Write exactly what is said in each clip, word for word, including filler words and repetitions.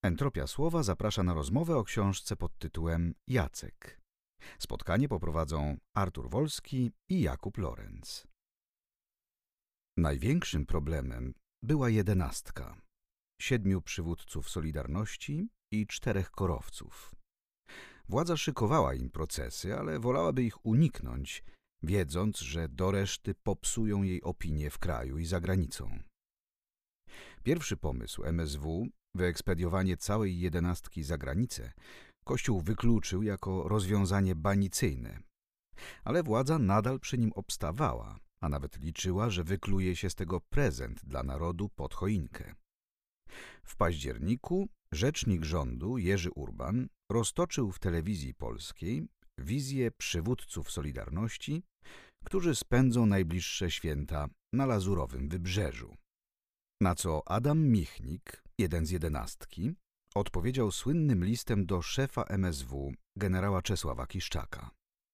Entropia Słowa zaprasza na rozmowę o książce pod tytułem Jacek. Spotkanie poprowadzą Artur Wolski i Jakub Lorenz. Największym problemem była jedenastka. Siedmiu przywódców Solidarności i czterech korowców. Władza szykowała im procesy, ale wolałaby ich uniknąć, wiedząc, że do reszty popsują jej opinię w kraju i za granicą. Pierwszy pomysł M S W, wyekspediowanie całej jedenastki za granicę, Kościół wykluczył jako rozwiązanie banicyjne, ale władza nadal przy nim obstawała, a nawet liczyła, że wykluje się z tego prezent dla narodu pod choinkę. W październiku rzecznik rządu Jerzy Urban roztoczył w telewizji polskiej wizję przywódców Solidarności, którzy spędzą najbliższe święta na Lazurowym Wybrzeżu. Na co Adam Michnik, jeden z jedenastki, odpowiedział słynnym listem do szefa M S W, generała Czesława Kiszczaka.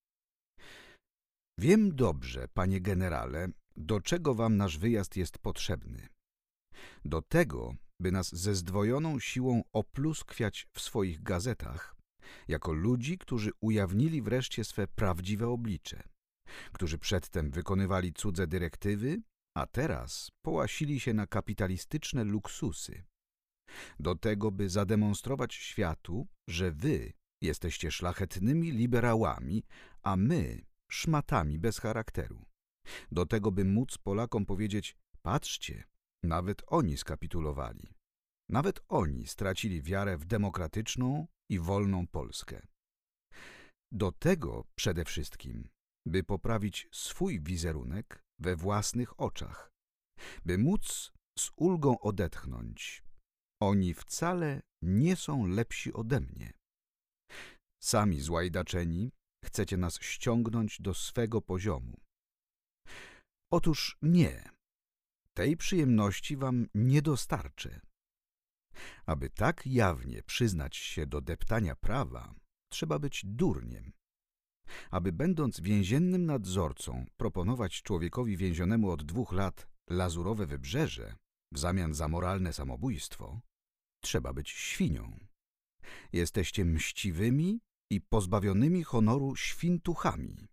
Wiem dobrze, panie generale, do czego wam nasz wyjazd jest potrzebny. Do tego, by nas ze zdwojoną siłą opluskwiać w swoich gazetach, jako ludzi, którzy ujawnili wreszcie swe prawdziwe oblicze, którzy przedtem wykonywali cudze dyrektywy, a teraz połasili się na kapitalistyczne luksusy. Do tego, by zademonstrować światu, że wy jesteście szlachetnymi liberałami, a my szmatami bez charakteru. Do tego, by móc Polakom powiedzieć, patrzcie, nawet oni skapitulowali. Nawet oni stracili wiarę w demokratyczną i wolną Polskę. Do tego przede wszystkim, by poprawić swój wizerunek we własnych oczach, by móc z ulgą odetchnąć. Oni wcale nie są lepsi ode mnie. Sami złajdaczeni chcecie nas ściągnąć do swego poziomu. Otóż nie. Tej przyjemności wam nie dostarczę. Aby tak jawnie przyznać się do deptania prawa, trzeba być durniem. Aby będąc więziennym nadzorcą proponować człowiekowi więzionemu od dwóch lat Lazurowe Wybrzeże w zamian za moralne samobójstwo, trzeba być świnią. Jesteście mściwymi i pozbawionymi honoru świntuchami.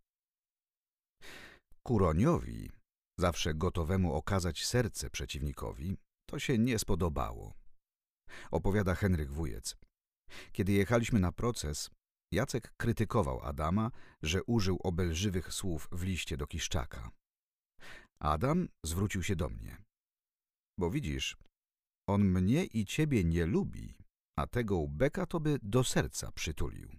Kuroniowi, zawsze gotowemu okazać serce przeciwnikowi, to się nie spodobało. Opowiada Henryk Wujec. Kiedy jechaliśmy na proces, Jacek krytykował Adama, że użył obelżywych słów w liście do Kiszczaka. Adam zwrócił się do mnie. Bo widzisz, on mnie i ciebie nie lubi, a tego ubeka to by do serca przytulił.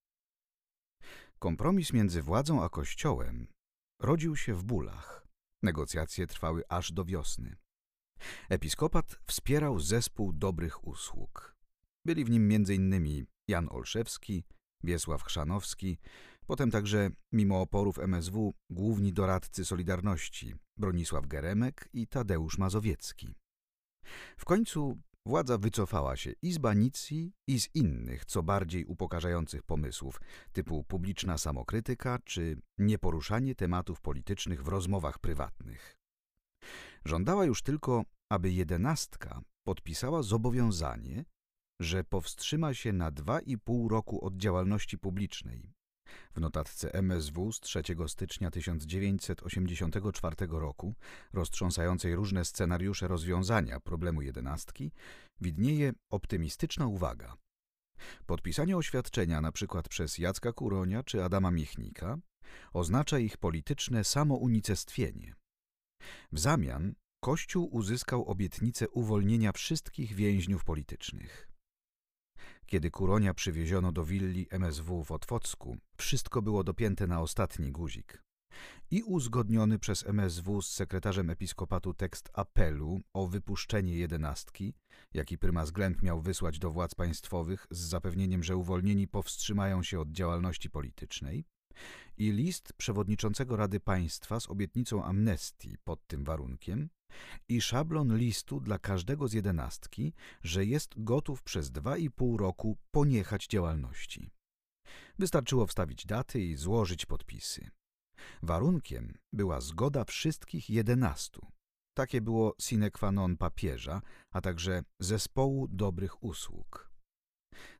Kompromis między władzą a Kościołem rodził się w bólach. Negocjacje trwały aż do wiosny. Episkopat wspierał zespół dobrych usług. Byli w nim między innymi Jan Olszewski, Wiesław Chrzanowski, potem także, mimo oporów M S W, główni doradcy Solidarności Bronisław Geremek i Tadeusz Mazowiecki. W końcu władza wycofała się i z banicji, i z innych, co bardziej upokarzających pomysłów, typu publiczna samokrytyka czy nieporuszanie tematów politycznych w rozmowach prywatnych. Żądała już tylko, aby jedenastka podpisała zobowiązanie, że powstrzyma się na dwa i pół roku od działalności publicznej. W notatce M S W z trzeciego stycznia tysiąc dziewięćset osiemdziesiątego czwartego roku, roztrząsającej różne scenariusze rozwiązania problemu jedenastki, widnieje optymistyczna uwaga. Podpisanie oświadczenia na przykład przez Jacka Kuronia czy Adama Michnika oznacza ich polityczne samounicestwienie. W zamian Kościół uzyskał obietnicę uwolnienia wszystkich więźniów politycznych. Kiedy Kuronia przywieziono do willi M S W w Otwocku, wszystko było dopięte na ostatni guzik. I uzgodniony przez M S W z sekretarzem episkopatu tekst apelu o wypuszczenie jedenastki, jaki prymas Glęb miał wysłać do władz państwowych z zapewnieniem, że uwolnieni powstrzymają się od działalności politycznej, i list przewodniczącego Rady Państwa z obietnicą amnestii pod tym warunkiem, i szablon listu dla każdego z jedenastki, że jest gotów przez dwa i pół roku poniechać działalności. Wystarczyło wstawić daty i złożyć podpisy. Warunkiem była zgoda wszystkich jedenastu. Takie było sine qua non papieża, a także zespołu dobrych usług.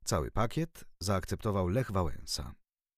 Cały pakiet zaakceptował Lech Wałęsa.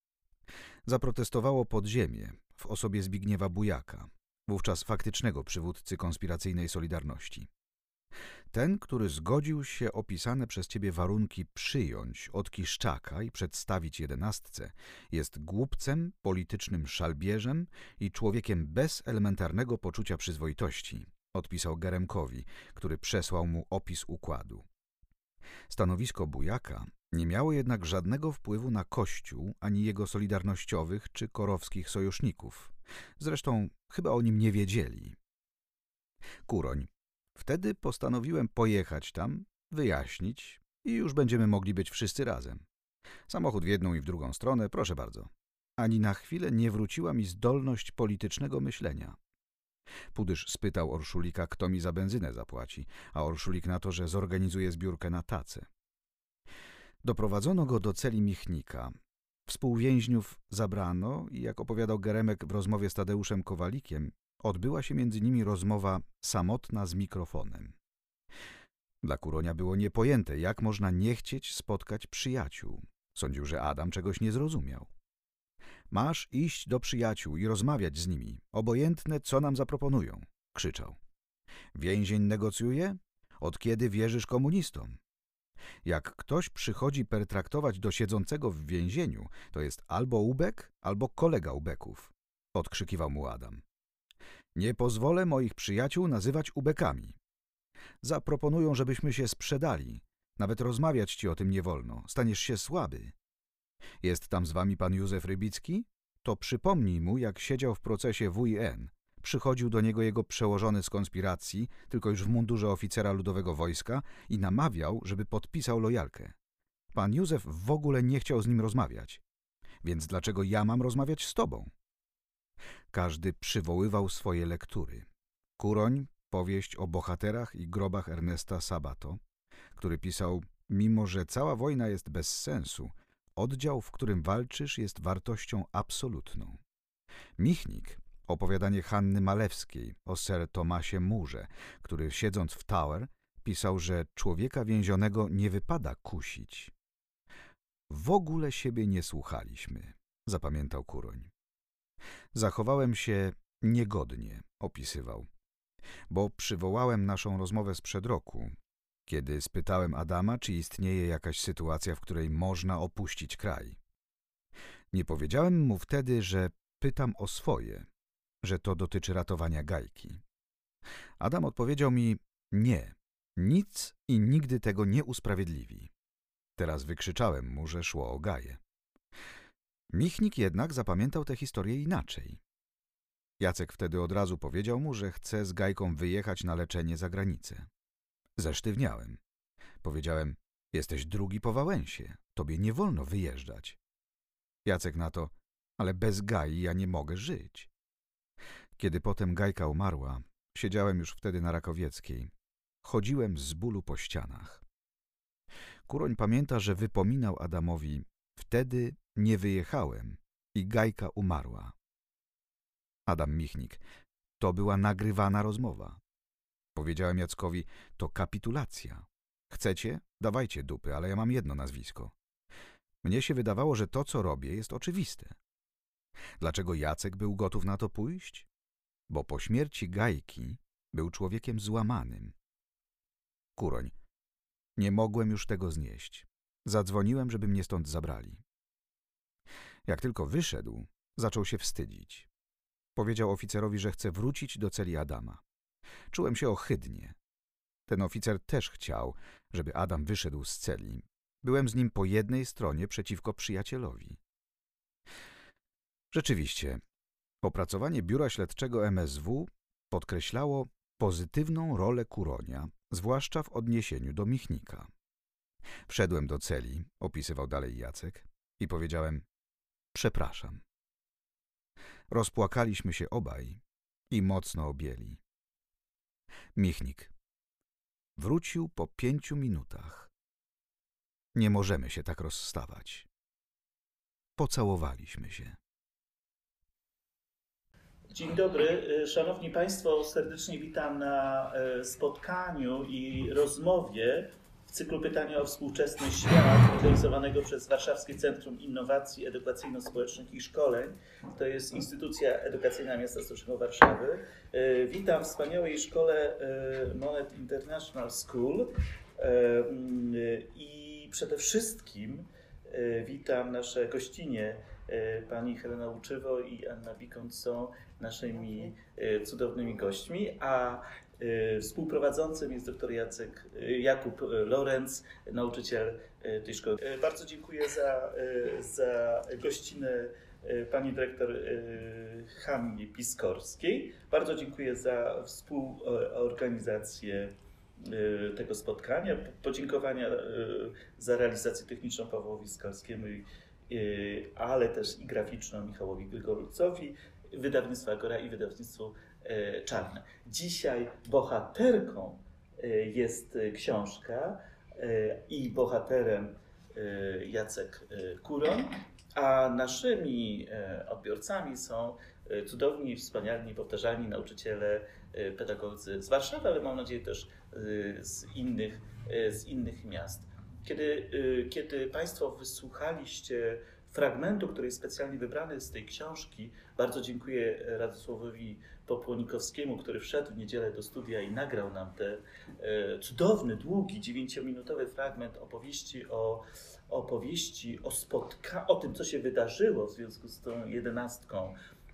Zaprotestowało podziemie w osobie Zbigniewa Bujaka, wówczas faktycznego przywódcy konspiracyjnej Solidarności. Ten, który zgodził się opisane przez ciebie warunki przyjąć od Kiszczaka i przedstawić jedenastce, jest głupcem, politycznym szalbierzem i człowiekiem bez elementarnego poczucia przyzwoitości, odpisał Geremkowi, który przesłał mu opis układu. Stanowisko Bujaka nie miało jednak żadnego wpływu na Kościół ani jego solidarnościowych czy korowskich sojuszników. Zresztą chyba o nim nie wiedzieli. Kuroń. Wtedy postanowiłem pojechać tam, wyjaśnić i już będziemy mogli być wszyscy razem. Samochód w jedną i w drugą stronę, proszę bardzo. Ani na chwilę nie wróciła mi zdolność politycznego myślenia. Pudysz spytał Orszulika, kto mi za benzynę zapłaci, a Orszulik na to, że zorganizuje zbiórkę na tacę. Doprowadzono go do celi Michnika. Współwięźniów zabrano i, jak opowiadał Geremek w rozmowie z Tadeuszem Kowalikiem, odbyła się między nimi rozmowa samotna z mikrofonem. Dla Kuronia było niepojęte, jak można nie chcieć spotkać przyjaciół. Sądził, że Adam czegoś nie zrozumiał. Masz iść do przyjaciół i rozmawiać z nimi, obojętne, co nam zaproponują, krzyczał. Więzień negocjuje? Od kiedy wierzysz komunistom? Jak ktoś przychodzi pertraktować do siedzącego w więzieniu, to jest albo ubek, albo kolega ubeków, odkrzykiwał mu Adam. Nie pozwolę moich przyjaciół nazywać ubekami. Zaproponują, żebyśmy się sprzedali. Nawet rozmawiać ci o tym nie wolno. Staniesz się słaby. Jest tam z wami pan Józef Rybicki? To przypomnij mu, jak siedział w procesie W I N. Przychodził do niego jego przełożony z konspiracji, tylko już w mundurze oficera ludowego wojska, i namawiał, żeby podpisał lojalkę. Pan Józef w ogóle nie chciał z nim rozmawiać. Więc dlaczego ja mam rozmawiać z tobą? Każdy przywoływał swoje lektury. Kuroń, powieść o bohaterach i grobach Ernesta Sabato, który pisał, mimo że cała wojna jest bez sensu, oddział, w którym walczysz, jest wartością absolutną. Michnik, opowiadanie Hanny Malewskiej o Sir Thomasie Murze, który siedząc w Tower pisał, że człowieka więzionego nie wypada kusić. W ogóle siebie nie słuchaliśmy, zapamiętał Kuroń. Zachowałem się niegodnie, opisywał, bo przywołałem naszą rozmowę sprzed roku, kiedy spytałem Adama, czy istnieje jakaś sytuacja, w której można opuścić kraj. Nie powiedziałem mu wtedy, że pytam o swoje, że to dotyczy ratowania Gajki. Adam odpowiedział mi, nie, nic i nigdy tego nie usprawiedliwi. Teraz wykrzyczałem mu, że szło o Gaję. Michnik jednak zapamiętał tę historię inaczej. Jacek wtedy od razu powiedział mu, że chce z Gajką wyjechać na leczenie za granicę. Zesztywniałem. Powiedziałem, jesteś drugi po Wałęsie, tobie nie wolno wyjeżdżać. Jacek na to, ale bez Gai ja nie mogę żyć. Kiedy potem Gajka umarła, siedziałem już wtedy na Rakowieckiej. Chodziłem z bólu po ścianach. Kuroń pamięta, że wypominał Adamowi, wtedy nie wyjechałem i Gajka umarła. Adam Michnik, to była nagrywana rozmowa. Powiedziałem Jackowi, to kapitulacja. Chcecie? Dawajcie dupy, ale ja mam jedno nazwisko. Mnie się wydawało, że to, co robię, jest oczywiste. Dlaczego Jacek był gotów na to pójść? Bo po śmierci Gajki był człowiekiem złamanym. Kuroń. Nie mogłem już tego znieść. Zadzwoniłem, żeby mnie stąd zabrali. Jak tylko wyszedł, zaczął się wstydzić. Powiedział oficerowi, że chce wrócić do celi Adama. Czułem się ohydnie. Ten oficer też chciał, żeby Adam wyszedł z celi. Byłem z nim po jednej stronie przeciwko przyjacielowi. Rzeczywiście, opracowanie biura śledczego M S W podkreślało pozytywną rolę Kuronia, zwłaszcza w odniesieniu do Michnika. Wszedłem do celi, opisywał dalej Jacek, i powiedziałem, przepraszam. Rozpłakaliśmy się obaj i mocno objęli. Michnik. Wrócił po pięciu minutach. Nie możemy się tak rozstawać. Pocałowaliśmy się. Dzień dobry. Szanowni Państwo, serdecznie witam na spotkaniu i rozmowie w cyklu pytania o współczesny świat, realizowanego przez Warszawskie Centrum Innowacji Edukacyjno-Społecznych i Szkoleń. To jest instytucja edukacyjna Miasta Stołecznego Warszawy. Witam w wspaniałej szkole Monet International School i przede wszystkim witam nasze gościnie. Pani Helena Łuczywo i Anna Bikont są naszymi cudownymi gośćmi, a współprowadzącym jest dr Jacek, Jakub Lorenz, nauczyciel tej szkoły. Bardzo dziękuję za, za gościnę pani dyrektor Hannie Piskorskiej. Bardzo dziękuję za współorganizację tego spotkania. Podziękowania za realizację techniczną Pawłowi Skalskiemu, ale też i graficzną Michałowi Grygolucowi, wydawnictwa Agora i wydawnictwu Czarne. Dzisiaj bohaterką jest książka i bohaterem Jacek Kuroń, a naszymi odbiorcami są cudowni, wspaniali, niepowtarzalni nauczyciele, pedagodzy z Warszawy, ale mam nadzieję też z innych, z innych miast. Kiedy, kiedy Państwo wysłuchaliście fragmentu, który jest specjalnie wybrany z tej książki, bardzo dziękuję Radosławowi Popłonikowskiemu, który wszedł w niedzielę do studia i nagrał nam ten cudowny, długi, dziewięciominutowy fragment opowieści o, opowieści o, spotka- o tym, co się wydarzyło w związku z tą jedenastką,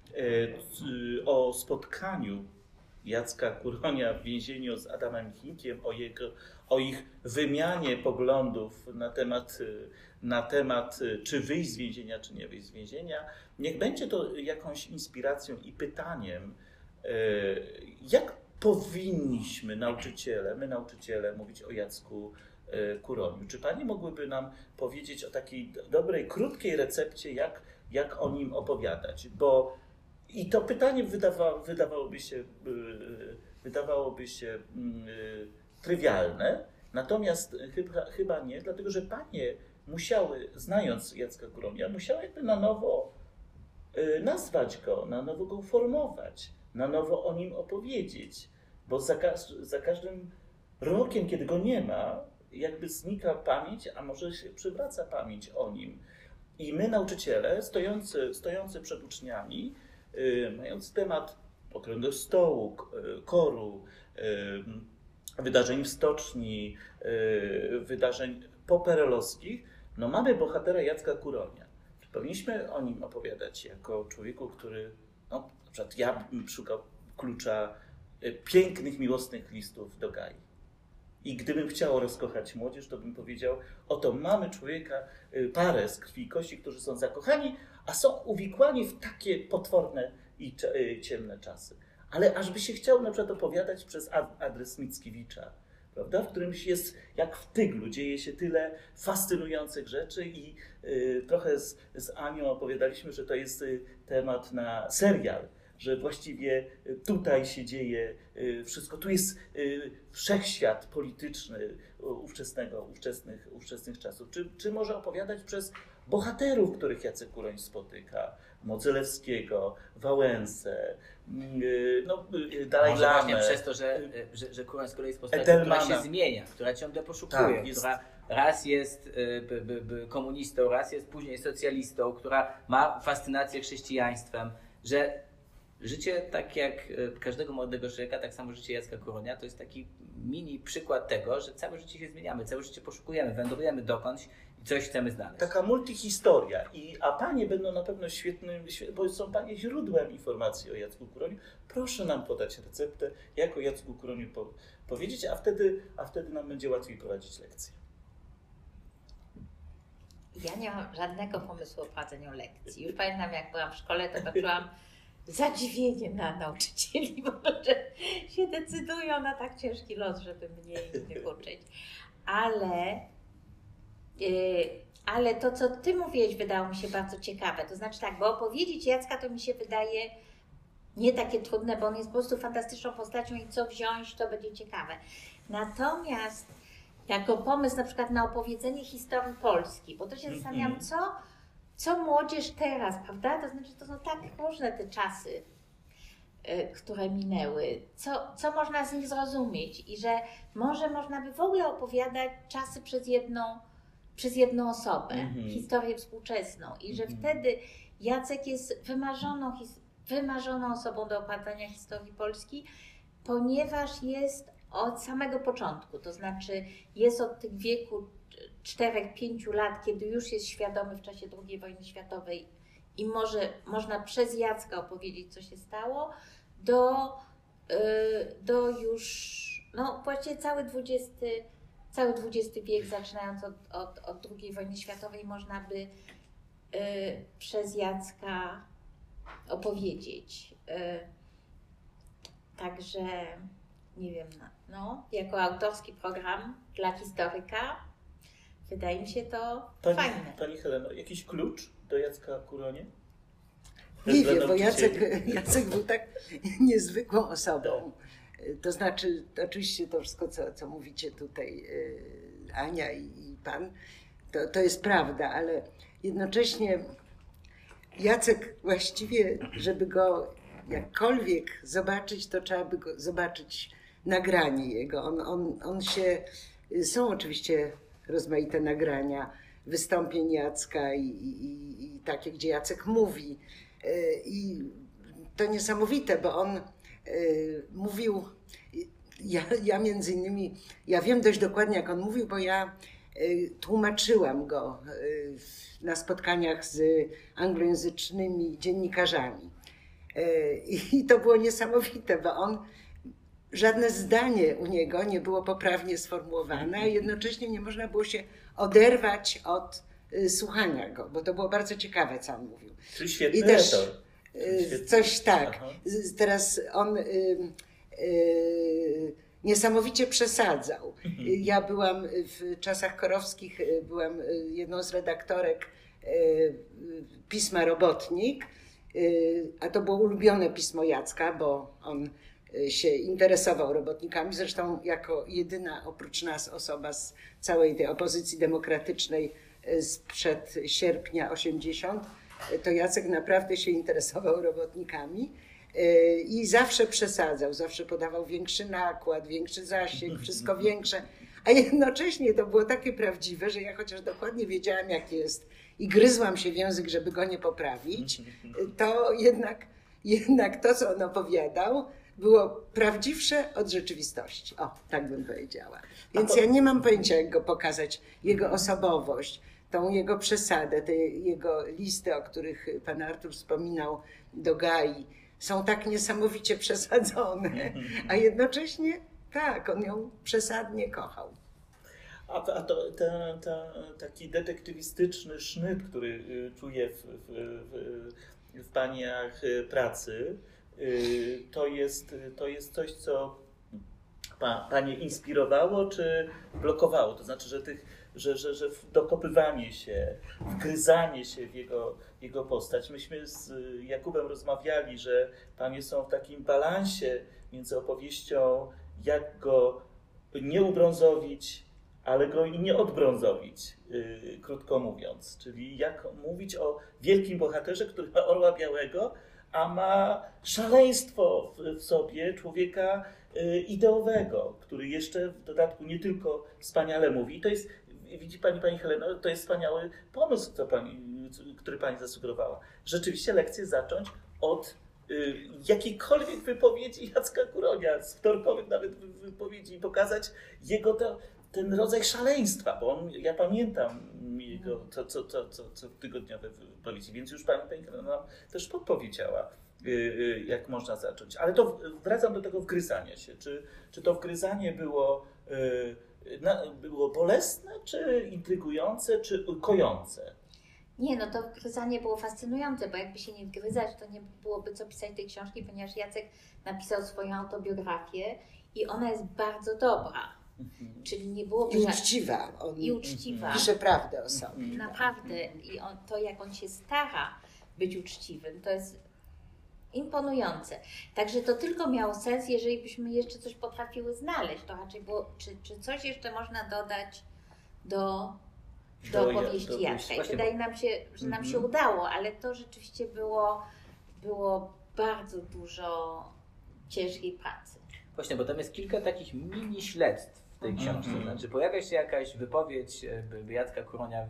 o spotkaniu Jacka Kuronia w więzieniu z Adamem Chinkiem, o, jego, o ich wymianie poglądów na temat, na temat, czy wyjść z więzienia, czy nie wyjść z więzienia. Niech będzie to jakąś inspiracją i pytaniem, jak powinniśmy nauczyciele, my nauczyciele, mówić o Jacku Kuroniu. Czy Pani mogłyby nam powiedzieć o takiej dobrej, krótkiej recepcie, jak, jak o nim opowiadać? Bo i to pytanie wydawa, wydawałoby się, wydawałoby się trywialne, natomiast chyba, chyba nie, dlatego że panie musiały, znając Jacka Kuronia, musiały jakby na nowo nazwać go, na nowo go uformować, na nowo o nim opowiedzieć, bo za, za każdym rokiem, kiedy go nie ma, jakby znika pamięć, a może się przywraca pamięć o nim. I my, nauczyciele, stojący, stojący przed uczniami, mając temat okrągłego stołu, koru, wydarzeń w stoczni, wydarzeń poperelowskich, no mamy bohatera Jacka Kuronia. Czy powinniśmy o nim opowiadać jako człowieku, który, no na przykład ja bym szukał klucza pięknych, miłosnych listów do Gai. I gdybym chciał rozkochać młodzież, to bym powiedział, oto mamy człowieka, parę z krwi i kości, którzy są zakochani, a są uwikłani w takie potworne i ciemne czasy. Ale ażby się chciał na przykład opowiadać przez adres Mickiewicza, prawda? W którymś jest, jak w Tyglu, dzieje się tyle fascynujących rzeczy i y, trochę z, z Anią opowiadaliśmy, że to jest y, temat na serial, że właściwie tutaj się dzieje y, wszystko. Tu jest y, wszechświat polityczny ówczesnego, ówczesnych, ówczesnych czasów. Czy, czy może opowiadać przez bohaterów, których Jacek Kuroń spotyka? Modzelewskiego, Wałęsę, no dalej Może właśnie przez to, że, że, że Kuroń z kolei jest postacią, Edelmana, która się zmienia, która ciągle poszukuje, tak, jest... która raz jest by, by, by komunistą, raz jest później socjalistą, która ma fascynację chrześcijaństwem, że życie, tak jak każdego młodego człowieka, tak samo życie Jacka Kuronia, to jest taki mini przykład tego, że całe życie się zmieniamy, całe życie poszukujemy, wędrujemy dokądś i coś chcemy znaleźć. Taka multihistoria. I, a panie będą na pewno świetnym, bo są panie źródłem informacji o Jacku Kuroniu. Proszę nam podać receptę, jak o Jacku Kuroniu po, powiedzieć, a wtedy, a wtedy nam będzie łatwiej prowadzić lekcję. Ja nie mam żadnego pomysłu o prowadzeniu lekcji. Już pamiętam, jak byłam w szkole, to patrzyłam zadziwienie na nauczycieli, bo że się decydują na tak ciężki los, żeby mnie innych uczyć. Ale, yy, ale to, co ty mówiłeś, wydało mi się bardzo ciekawe. To znaczy tak, bo opowiedzieć Jacka to mi się wydaje nie takie trudne, bo on jest po prostu fantastyczną postacią i co wziąć, to będzie ciekawe. Natomiast jako pomysł na przykład na opowiedzenie historii Polski, bo to się zastanawiam, co, co młodzież teraz, prawda? To znaczy, to są tak różne te czasy. które minęły, co, co można z nich zrozumieć i że może można by w ogóle opowiadać czasy przez jedną, przez jedną osobę, mm-hmm. historię współczesną i że mm-hmm. wtedy Jacek jest wymarzoną, wymarzoną osobą do opowiadania historii Polski, ponieważ jest od samego początku, to znaczy jest od tych wieku czterech, pięciu lat, kiedy już jest świadomy w czasie drugiej wojny światowej i może, można przez Jacka opowiedzieć, co się stało, do, do już, no właściwie cały dwudziesty, cały dwudziesty wiek, zaczynając od, od, od drugiej wojny światowej, można by przez Jacka opowiedzieć. Także, nie wiem, no, jako autorski program dla historyka wydaje mi się to pani, fajne. Pani Heleno, jakiś klucz do Jacka Kuronie? Nie wiem, bo Jacek, Jacek był tak niezwykłą osobą. To znaczy, oczywiście to wszystko, co, co mówicie tutaj, Ania i, i pan, to, to jest prawda, ale jednocześnie Jacek właściwie, żeby go jakkolwiek zobaczyć, to trzeba by go zobaczyć nagranie jego. On, on, on się, są oczywiście rozmaite nagrania wystąpień Jacka i, i, i takie, gdzie Jacek mówi. I to niesamowite, bo on mówił, ja, ja między innymi, ja wiem dość dokładnie, jak on mówił, bo ja tłumaczyłam go na spotkaniach z anglojęzycznymi dziennikarzami. I to było niesamowite, bo on, żadne zdanie u niego nie było poprawnie sformułowane, a jednocześnie nie można było się oderwać od słuchania go, bo to było bardzo ciekawe, co on mówił. Czyli świetny I też Świetny. Coś tak. Aha. Teraz on y, y, niesamowicie przesadzał. Ja byłam w czasach korowskich, byłam jedną z redaktorek pisma Robotnik, a to było ulubione pismo Jacka, bo on się interesował robotnikami. Zresztą jako jedyna oprócz nas osoba z całej tej opozycji demokratycznej sprzed sierpnia osiemdziesiątego, to Jacek naprawdę się interesował robotnikami i zawsze przesadzał, zawsze podawał większy nakład, większy zasięg, wszystko większe, a jednocześnie to było takie prawdziwe, że ja chociaż dokładnie wiedziałam, jak jest i gryzłam się w język, żeby go nie poprawić, to jednak, jednak to, co on opowiadał, było prawdziwsze od rzeczywistości. O, tak bym powiedziała. Więc ja nie mam pojęcia, jak go pokazać, jego osobowość, tą jego przesadę, te jego listy, o których pan Artur wspominał, do Gai, są tak niesamowicie przesadzone, a jednocześnie tak, on ją przesadnie kochał. A, a to ta, ta, taki detektywistyczny sznyt, który czuję w, w, w, w paniach pracy, to jest, to jest coś, co pa, panie inspirowało czy blokowało? To znaczy, że, tych, że, że, że dokopywanie się, wgryzanie się w jego, jego postać. Myśmy z Jakubem rozmawiali, że panie są w takim balansie między opowieścią, jak go nie ubrązowić, ale go i nie odbrązowić, yy, krótko mówiąc. Czyli jak mówić o wielkim bohaterze, który ma orła białego, a ma szaleństwo w, w sobie człowieka yy, ideowego, który jeszcze w dodatku nie tylko wspaniale mówi. I to jest, widzi pani, pani Heleno, to jest wspaniały pomysł, co pani, który pani zasugerowała. Rzeczywiście lekcję zacząć od yy, jakiejkolwiek wypowiedzi Jacka Kuronia, z wtorkowych nawet wypowiedzi, i pokazać jego to, ten rodzaj szaleństwa, bo on, ja pamiętam jego co, co, co, co, co tygodniowe wypowiedzi, więc już pani, pani nam też podpowiedziała, jak można zacząć. Ale to wracam do tego wgryzania się. Czy, czy to wgryzanie było, było bolesne, czy intrygujące, czy kojące? Nie, no to wgryzanie było fascynujące, bo jakby się nie wgryzać, to nie byłoby co pisać tej książki, ponieważ Jacek napisał swoją autobiografię i ona jest bardzo dobra. Czyli nie byłoby... I uczciwa. On I uczciwa. Pisze prawdę o sobie. Naprawdę. I on, to, jak on się stara być uczciwym, to jest imponujące. Także to tylko miało sens, jeżeli byśmy jeszcze coś potrafiły znaleźć. To raczej było, czy, czy coś jeszcze można dodać do, do, do opowieści Jacka. I wydaje nam się, że nam się udało, ale to rzeczywiście było, było bardzo dużo ciężkiej pracy. Właśnie, bo tam jest kilka takich mini śledztw w tej książce. Mhm. Znaczy pojawia się jakaś wypowiedź e, Jacka Kuronia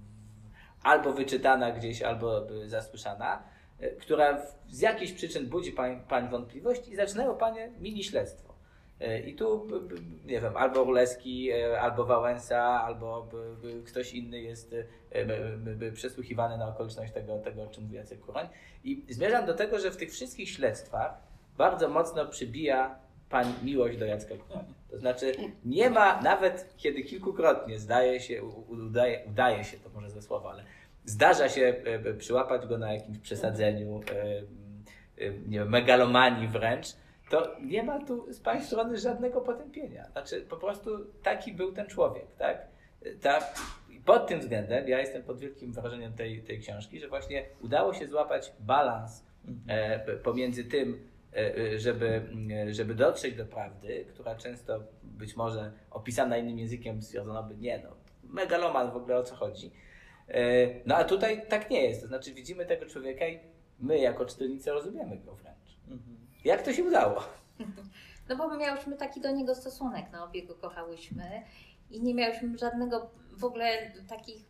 albo wyczytana gdzieś, albo zasłyszana, e, która w- z jakichś przyczyn budzi pań, pań wątpliwość i zaczynają panie mini śledztwo. E, I tu, b- b- nie wiem, albo Orleski, e, albo Wałęsa, albo b- b- ktoś inny jest e, b- b- b- przesłuchiwany na okoliczność tego, tego, o czym mówi Jacek Kuroń. I zmierzam do tego, że w tych wszystkich śledztwach bardzo mocno przybija pań miłość do Jacka Kuronia. To znaczy nie ma, nawet kiedy kilkukrotnie zdaje się, u- udaje, udaje się, to może ze słowa, ale zdarza się e, e, przyłapać go na jakimś przesadzeniu, e, e, nie wiem, megalomanii wręcz, to nie ma tu z pani strony żadnego potępienia. Znaczy po prostu taki był ten człowiek, tak? Ta, pod tym względem ja jestem pod wielkim wrażeniem tej, tej książki, że właśnie udało się złapać balans e, p- pomiędzy tym, e, e, żeby, e, żeby dotrzeć do prawdy, która często być może opisana innym językiem stwierdzono by nie, no, megaloman w ogóle o co chodzi. E, no a tutaj tak nie jest, to znaczy widzimy tego człowieka i my jako czytelnicy rozumiemy go wręcz. Mhm. Jak to się udało? No bo miałyśmy taki do niego stosunek, no obie go kochałyśmy i nie miałyśmy żadnego w ogóle takich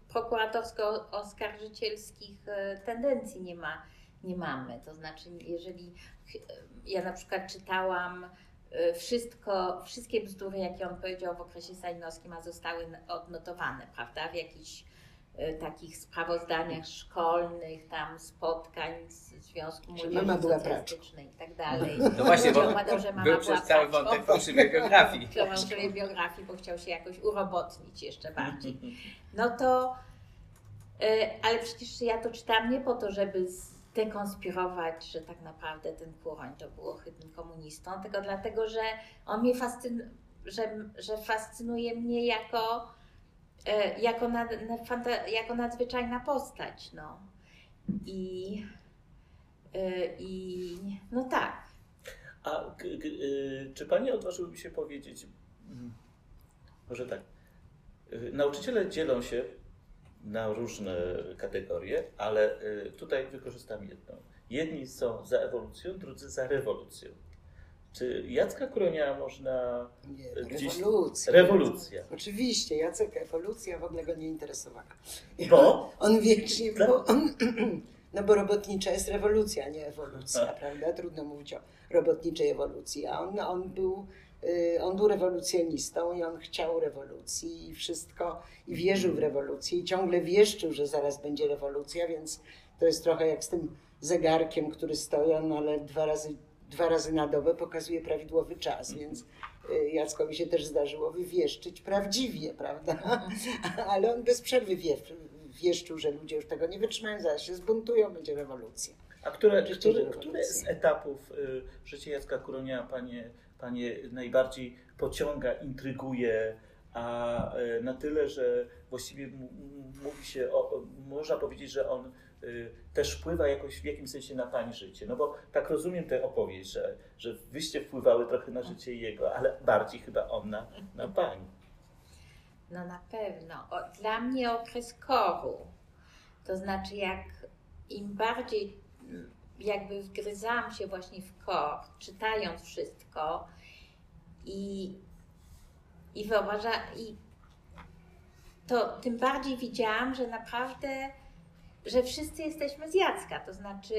prokuratorsko-oskarżycielskich e, tendencji nie ma, nie mamy. To znaczy, jeżeli e, ja na przykład czytałam e, wszystko, wszystkie bzdury, jakie on powiedział w okresie stalinowskim, a zostały odnotowane, prawda, w jakichś e, takich sprawozdaniach szkolnych, tam spotkań z Związku Że Młodzieży mama była Socjalistycznej i tak dalej. No właśnie, bo Chodziło o to, że mama był była przez cały praczką. wątek fałszywej biografii. Fałszywej biografii, bo chciał się jakoś urobotnić jeszcze bardziej. No to, y, ale przecież ja to czytam nie po to, żeby zdekonspirować, że tak naprawdę ten Kuroń to był ohydnym komunistą, tylko dlatego, że on mnie fascynuje, że, że fascynuje mnie jako, y, jako, nad, na, fanta, jako nadzwyczajna postać. No. I, y, i no tak. A k- k- y, czy Pani odważyłyby się powiedzieć, mm, może tak, y, nauczyciele dzielą się na różne kategorie, ale y, tutaj wykorzystam jedną. Jedni są za ewolucją, drudzy za rewolucją. Czy Jacka Kuronia można Nie, y, gdzieś... rewolucja. Rewolucja. Oczywiście, Jacek, ewolucja w ogóle go nie interesowała. Bo? On wiecznie, Dla- bo, no bo robotnicza jest rewolucja, nie ewolucja, A. prawda? Trudno mówić o robotniczej ewolucji, a on, on, był, y, on był rewolucjonistą i on chciał rewolucji i wszystko, i wierzył w rewolucję i ciągle wieszczył, że zaraz będzie rewolucja, więc to jest trochę jak z tym zegarkiem, który stoi, on ale dwa razy, dwa razy na dobę pokazuje prawidłowy czas, więc y, Jackowi się też zdarzyło wywieszczyć prawdziwie, prawda? Ale on bez przerwy wie, wieszczył, że ludzie już tego nie wytrzymają, zaraz się zbuntują, będzie rewolucja. A które, Oczywiście, że które, rewolucja. które z etapów y, życia Jacka Kuronia Panie, panie najbardziej pociąga, intryguje, a y, na tyle, że właściwie m- m- mówi się, o, o- można powiedzieć, że on y, też wpływa jakoś w jakimś sensie na Pani życie. No bo tak rozumiem tę opowieść, że, że Wyście wpływały trochę na życie jego, ale bardziej chyba on na, na Pani. No na pewno. O, dla mnie okres koru, to znaczy jak im bardziej mm, jakby wgryzałam się właśnie w kor, czytając wszystko i, i wyobrażam, i to tym bardziej widziałam, że naprawdę, że wszyscy jesteśmy z Jacka, to znaczy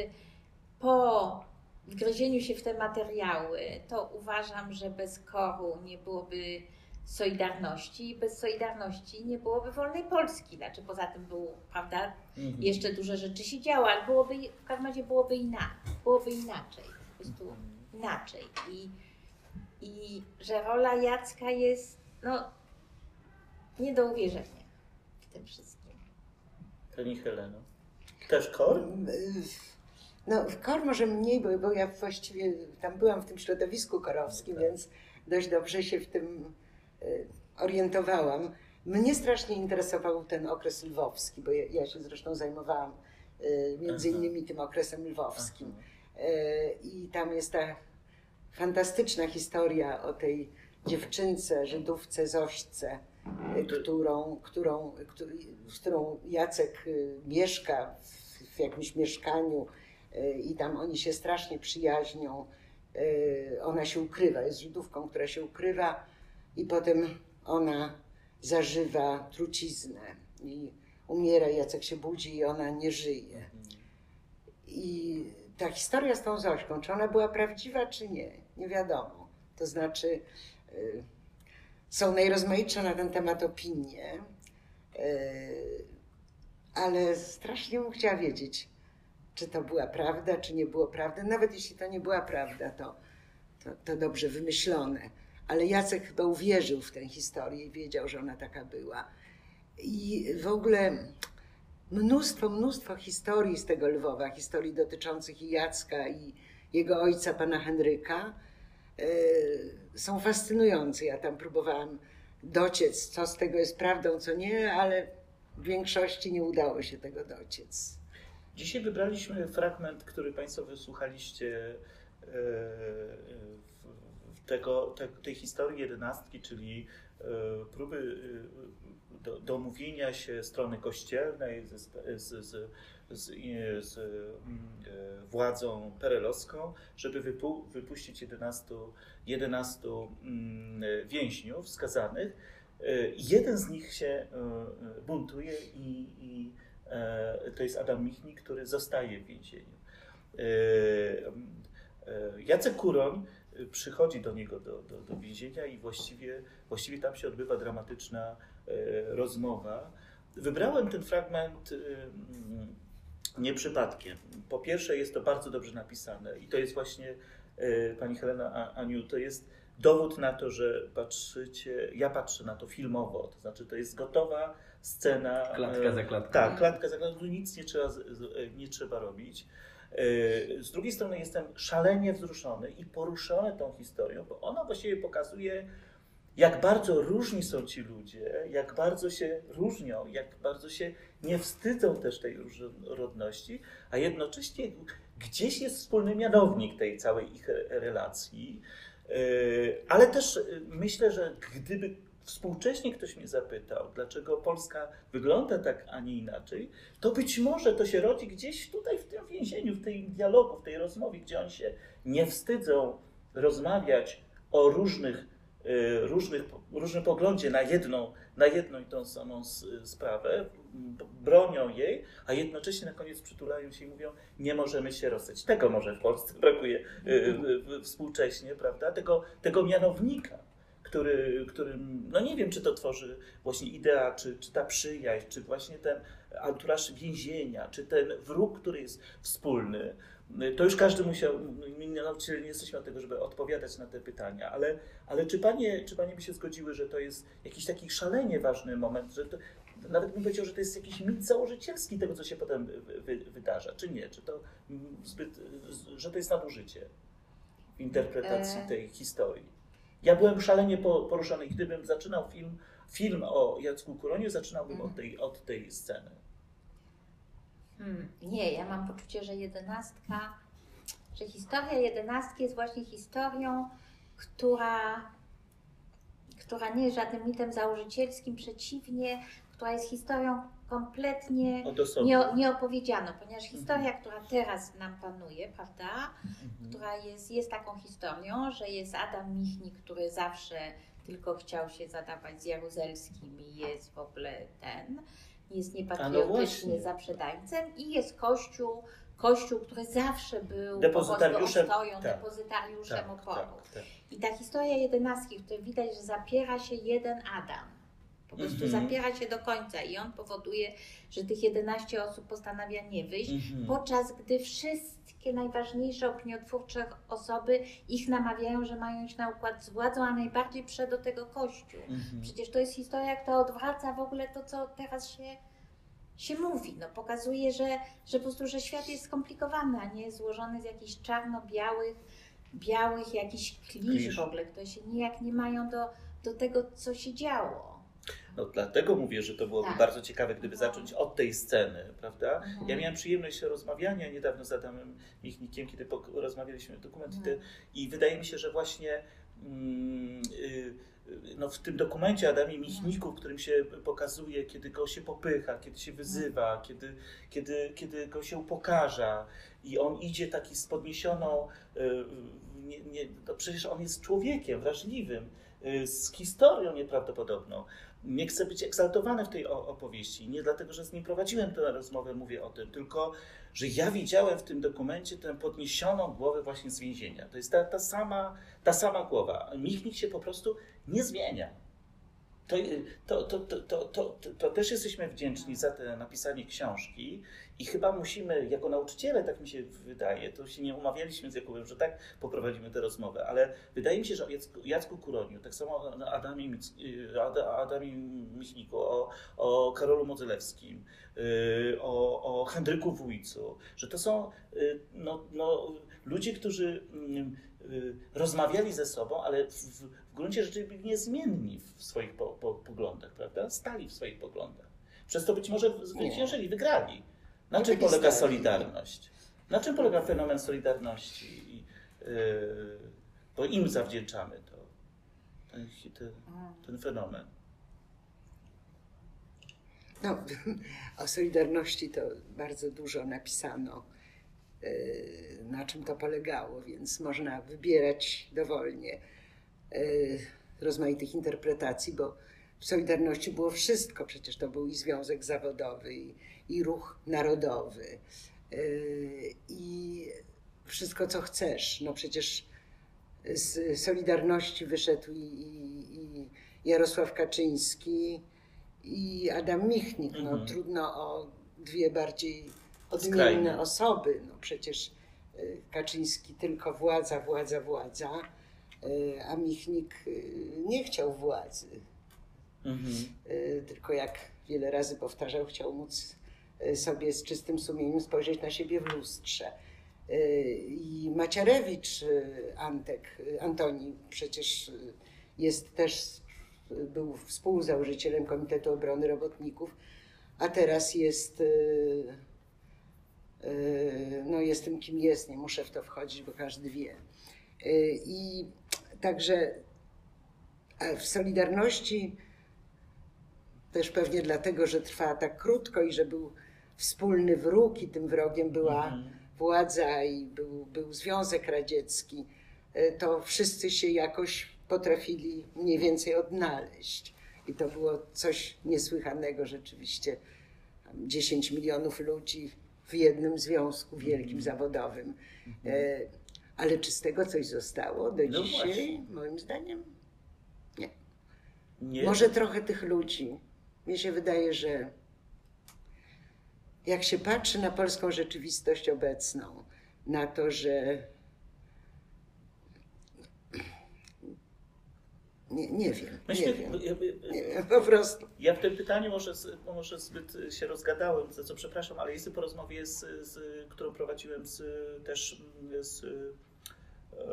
po wgryzieniu się w te materiały, to uważam, że bez koru nie byłoby Solidarności i bez Solidarności nie byłoby wolnej Polski. Znaczy poza tym było, prawda, Mhm. jeszcze dużo rzeczy się działo, ale byłoby, w każdym razie byłoby, ina, byłoby inaczej, po prostu inaczej. I, I że rola Jacka jest no, nie do uwierzenia w tym wszystkim. Pani Heleno. Też kor? No, w kor może mniej, bo, bo ja właściwie tam byłam w tym środowisku korowskim, więc dość dobrze się w tym y, orientowałam. Mnie strasznie interesował ten okres lwowski, bo ja, ja się zresztą zajmowałam y, między Aha. innymi tym okresem lwowskim. Aha. Y, I tam jest ta fantastyczna historia o tej dziewczynce, Żydówce Zośce, y, To- którą, którą, któ- z którą Jacek y, mieszka w, w jakimś mieszkaniu y, i tam oni się strasznie przyjaźnią Ona się ukrywa, jest Żydówką, która się ukrywa i potem ona zażywa truciznę i umiera, Jacek się budzi i ona nie żyje. I ta historia z tą Zośką, czy ona była prawdziwa, czy nie, nie wiadomo. To znaczy są najrozmaitsze na ten temat opinie, ale strasznie bym chciała wiedzieć, czy to była prawda, czy nie było prawdy. Nawet jeśli to nie była prawda, to, to, to dobrze wymyślone. Ale Jacek chyba uwierzył w tę historię i wiedział, że ona taka była. I w ogóle mnóstwo, mnóstwo historii z tego Lwowa, historii dotyczących i Jacka, i jego ojca, pana Henryka, yy, są fascynujące. Ja tam próbowałam dociec, co z tego jest prawdą, co nie, ale w większości nie udało się tego dociec. Dzisiaj wybraliśmy fragment, który Państwo wysłuchaliście tego, te, tej historii jedenastki, czyli próby do, domówienia się strony kościelnej z, z, z, z, z władzą perelowską, żeby wypu, wypuścić jedenastu, jedenastu więźniów skazanych. Jeden z nich się buntuje i, i to jest Adam Michnik, który zostaje w więzieniu. Jacek Kuroń przychodzi do niego do, do, do więzienia i właściwie, właściwie tam się odbywa dramatyczna rozmowa. Wybrałem ten fragment nie przypadkiem. Po pierwsze jest to bardzo dobrze napisane i to jest właśnie, pani Helena, Aniu, to jest dowód na to, że patrzycie, ja patrzę na to filmowo, to znaczy to jest gotowa scena. Klatka za klatką. Tak, klatka za klatką, nic nie trzeba, nie trzeba robić. Z drugiej strony jestem szalenie wzruszony i poruszony tą historią, bo ona właściwie pokazuje, jak bardzo różni są ci ludzie, jak bardzo się różnią, jak bardzo się nie wstydzą też tej różnorodności, a jednocześnie gdzieś jest wspólny mianownik tej całej ich relacji. Ale też myślę, że gdyby współcześnie ktoś mnie zapytał, dlaczego Polska wygląda tak, a nie inaczej, to być może to się rodzi gdzieś tutaj w tym więzieniu, w tym dialogu, w tej rozmowie, gdzie oni się nie wstydzą rozmawiać o różnych, różnych, różnym poglądzie na jedną, na jedną i tą samą sprawę, bronią jej, a jednocześnie na koniec przytulają się i mówią, nie możemy się rozstać. Tego może w Polsce brakuje współcześnie, prawda? Tego, tego mianownika, który, którym, no nie wiem, czy to tworzy właśnie idea, czy, czy ta przyjaźń, czy właśnie ten anturaż więzienia, czy ten wróg, który jest wspólny. To już każdy musiał, my nauczyciele nie jesteśmy od tego, żeby odpowiadać na te pytania, ale, ale czy panie, czy panie by się zgodziły, że to jest jakiś taki szalenie ważny moment, że to, nawet bym powiedział, że to jest jakiś mit założycielski tego, co się potem wy, wy, wydarza, czy nie? Czy to zbyt, że to jest nadużycie w interpretacji tej historii? Ja byłem szalenie poruszony i gdybym zaczynał film, film o Jacku Kuroniu, zaczynałbym od tej, od tej sceny. Hmm, nie, ja mam poczucie, że jedenastka, że historia jedenastki jest właśnie historią, która, która nie jest żadnym mitem założycielskim, przeciwnie, która jest historią kompletnie nie, nieopowiedzianą, ponieważ historia, mhm. która teraz nam panuje, prawda, mhm. która jest, jest taką historią, że jest Adam Michnik, który zawsze tylko chciał się zadawać z Jaruzelskim i jest w ogóle ten, jest niepatriotycznie no zaprzedańcem i jest Kościół, Kościół, który zawsze był depozytariuszem, ostoją, tak, depozytariuszem tak, oporu. Tak, tak. I ta historia jedenastki, w której widać, że zapiera się jeden Adam. Po prostu mm-hmm. zapiera się do końca i on powoduje, że tych jedenaście osób postanawia nie wyjść, mm-hmm. podczas gdy wszystkie najważniejsze opiniotwórcze osoby ich namawiają, że mają iść na układ z władzą, a najbardziej prze do tego Kościół. Mm-hmm. Przecież to jest historia, która odwraca w ogóle to, co teraz się, się mówi. No, pokazuje, że, że po prostu, że świat jest skomplikowany, a nie jest złożony z jakichś czarno-białych, białych jakichś klisz w ogóle, które się nijak nie mają do, do tego, co się działo. No dlatego mówię, że to byłoby tak. bardzo ciekawe, gdyby mhm. zacząć od tej sceny, prawda? Mhm. Ja miałem przyjemność rozmawiania niedawno z Adamem Michnikiem, kiedy rozmawialiśmy dokument mhm. i wydaje mi się, że właśnie mm, y, no w tym dokumencie Adamie Michniku, w którym się pokazuje, kiedy go się popycha, kiedy się wyzywa, kiedy, kiedy, kiedy go się upokarza i on idzie taki z podniesioną, nie, nie, no przecież on jest człowiekiem wrażliwym, z historią nieprawdopodobną. Nie chcę być egzaltowany w tej opowieści, nie dlatego, że z nim prowadziłem tę rozmowę, mówię o tym, tylko że ja widziałem w tym dokumencie tę podniesioną głowę właśnie z więzienia. To jest ta, ta, sama, ta sama głowa. Michnik się po prostu nie zmienia. To, to, to, to, to, to, to też jesteśmy wdzięczni za to napisanie książki i chyba musimy, jako nauczyciele, tak mi się wydaje, to się nie umawialiśmy z Jakubem, że tak poprowadzimy tę rozmowę, ale wydaje mi się, że o Jacku, Jacku Kuroniu, tak samo o Adamie, Adamie Michniku, o, o Karolu Modzelewskim, o, o Henryku Wójcu, że to są no, no, ludzie, którzy rozmawiali ze sobą, ale w, w gruncie rzeczy byli niezmienni w swoich po, po, poglądach, prawda? Stali w swoich poglądach. Przez to być może zwyciężyli, wygrali. Na czym polega solidarność? Na czym polega fenomen solidarności? Yy, bo im zawdzięczamy to, ten, ten, ten fenomen. No, o Solidarności to bardzo dużo napisano, na czym to polegało, więc można wybierać dowolnie rozmaitych interpretacji, bo w Solidarności było wszystko. Przecież to był i związek zawodowy, i, i ruch narodowy, i wszystko, co chcesz. No przecież z Solidarności wyszedł i, i, i Jarosław Kaczyński, i Adam Michnik. No, mhm. Trudno o dwie bardziej odmienne Skrajnie. osoby. No, przecież Kaczyński tylko władza, władza, władza, a Michnik nie chciał władzy. Mhm. Tylko jak wiele razy powtarzał, chciał móc sobie z czystym sumieniem spojrzeć na siebie w lustrze. I Macierewicz Antek, Antoni przecież jest też, był współzałożycielem Komitetu Obrony Robotników, a teraz jest, no jestem kim jest, nie muszę w to wchodzić, bo każdy wie. I także w Solidarności, też pewnie dlatego, że trwała tak krótko i że był wspólny wróg i tym wrogiem była mhm. władza i był, był Związek Radziecki, to wszyscy się jakoś potrafili mniej więcej odnaleźć. I to było coś niesłychanego rzeczywiście. dziesięć milionów ludzi w jednym związku wielkim, mm. zawodowym. Mm. E, ale czy z tego coś zostało do no dzisiaj? Właśnie. Moim zdaniem nie. nie. Może trochę tych ludzi. Mnie się wydaje, że jak się patrzy na polską rzeczywistość obecną, na to, że Nie, nie wiem, Myślę, nie, wiem. Ja, nie wiem, po prostu. Ja w tym pytaniu może, może zbyt się rozgadałem, za co przepraszam, ale jestem po rozmowie, z, z, którą prowadziłem z, też z, e,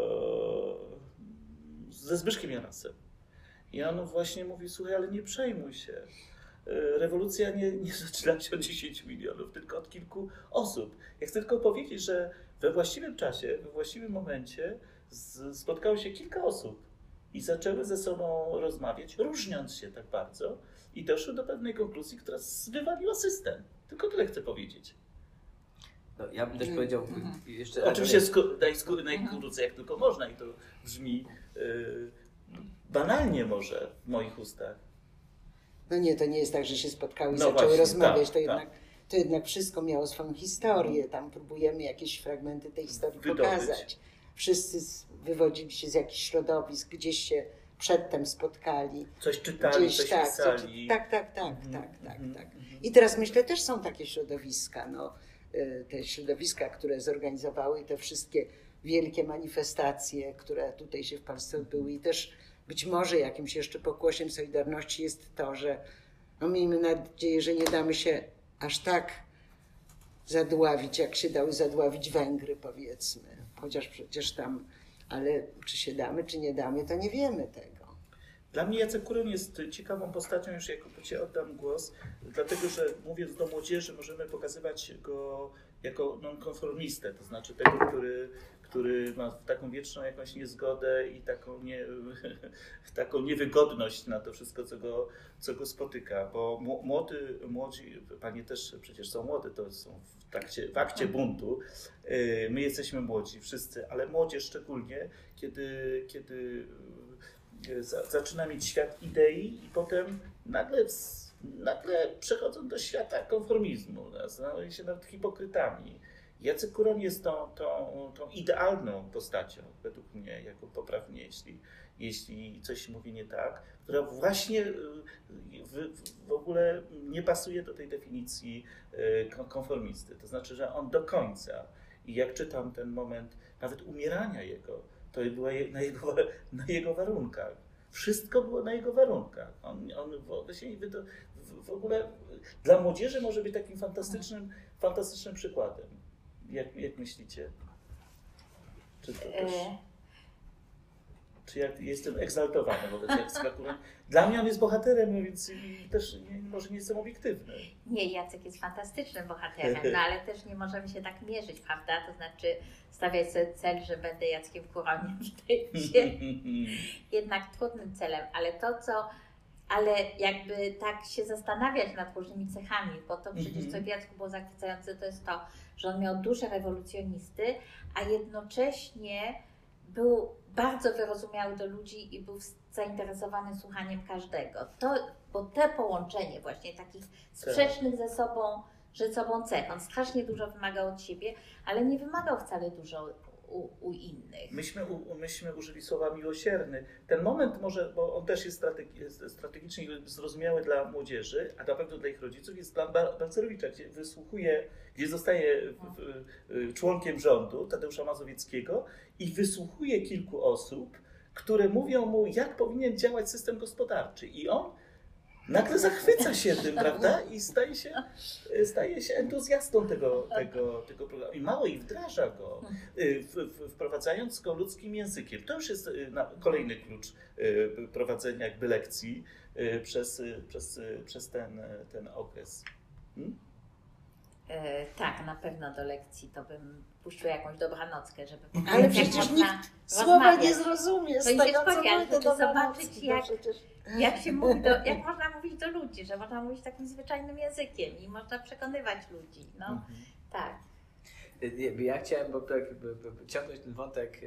ze Zbyszkiem Janasem. I on właśnie mówi, słuchaj, ale nie przejmuj się. Rewolucja nie, nie zaczyna się od dziesięciu milionów, tylko od kilku osób. Ja chcę tylko powiedzieć, że we właściwym czasie, we właściwym momencie z, spotkało się kilka osób i zaczęły ze sobą rozmawiać, różniąc się tak bardzo, i doszły do pewnej konkluzji, która wywaliła system. Tylko tyle chcę powiedzieć. No, ja bym też powiedział jeszcze... Oczywiście sku, najkrócej jak tylko można i to brzmi yy, banalnie może w moich ustach. No nie, to nie jest tak, że się spotkały i no zaczęły właśnie, rozmawiać. Tak, to, jednak, tak. to jednak wszystko miało swoją historię. Tam próbujemy jakieś fragmenty tej historii Wydobyć. pokazać. Wszyscy wywodzili się z jakichś środowisk, gdzieś się przedtem spotkali. Coś czytali, gdzieś, coś tak, pisali. Tak, tak, tak, mm-hmm. tak, tak, tak. I teraz myślę, też są takie środowiska. No, te środowiska, które zorganizowały te wszystkie wielkie manifestacje, które tutaj się w Polsce odbyły i też być może jakimś jeszcze pokłosiem Solidarności jest to, że no miejmy nadzieję, że nie damy się aż tak zadławić, jak się dały zadławić Węgry, powiedzmy. Chociaż przecież tam, ale czy się damy, czy nie damy, to nie wiemy tego. Dla mnie Jacek Kuroń jest ciekawą postacią, już jako Ci oddam głos, dlatego że mówiąc do młodzieży możemy pokazywać go jako nonkonformistę, to znaczy tego, który, który ma taką wieczną jakąś niezgodę i taką, nie, taką niewygodność na to wszystko, co go, co go spotyka, bo młody, młodzi, panie też przecież są młode, to są w, trakcie, w akcie buntu, my jesteśmy młodzi wszyscy, ale młodzież szczególnie, kiedy, kiedy zaczyna mieć świat idei i potem nagle, nagle przechodzą do świata konformizmu, stają się nawet hipokrytami. Jacek Kuroń jest tą, tą, tą idealną postacią, według mnie, jako poprawnie, jeśli, jeśli coś mówi nie tak, która właśnie w, w ogóle nie pasuje do tej definicji konformisty. To znaczy, że on do końca, i jak czytam ten moment nawet umierania jego, to było na jego, na jego warunkach. Wszystko było na jego warunkach. On, on w, w ogóle dla młodzieży może być takim fantastycznym, fantastycznym przykładem. Jak, jak myślicie? Czy to też... Czy ja jestem egzaltowany wobec Jacka Kuronia? Dla mnie on jest bohaterem, więc też nie, może nie jestem obiektywny. Nie, Jacek jest fantastycznym bohaterem, no ale też nie możemy się tak mierzyć, prawda? To znaczy stawiać sobie cel, że będę Jackiem Kuroniem, wydaje się jednak trudnym celem, ale to co, ale jakby tak się zastanawiać nad różnymi cechami, bo to przecież co w Jacku było zachwycające, to jest to, że on miał duszę rewolucjonisty, a jednocześnie był bardzo wyrozumiały do ludzi i był zainteresowany słuchaniem każdego. To, bo te połączenie właśnie takich sprzecznych ze sobą, ze sobą cech. On strasznie dużo wymagał od siebie, ale nie wymagał wcale dużo u, u innych. Myśmy, u, myśmy użyli słowa miłosierny. Ten moment może, bo on też jest, strategi, jest strategicznie zrozumiały dla młodzieży, a na pewno dla ich rodziców, jest plan Balcerowicza, gdzie wysłuchuje, gdzie zostaje w, w, członkiem rządu Tadeusza Mazowieckiego i wysłuchuje kilku osób, które mówią mu, jak powinien działać system gospodarczy. I on nagle zachwyca się tym, prawda? I staje się, staje się entuzjastą tego, tego, tego programu. I mało i wdraża go, w, w, wprowadzając go ludzkim językiem. To już jest kolejny klucz prowadzenia jakby lekcji przez, przez, przez ten, ten okres. Hmm? E, tak, na pewno do lekcji to bym puściła jakąś dobranockę, żeby pokazać, ale przecież nikt słowa nie zrozumie z tego, co mówię, to zobaczyć, jak, jak się mówi do, jak można mówić do ludzi, że można mówić takim zwyczajnym językiem i można przekonywać ludzi, no, mhm. tak. Ja chciałem bo, tak, ciągnąć ten wątek,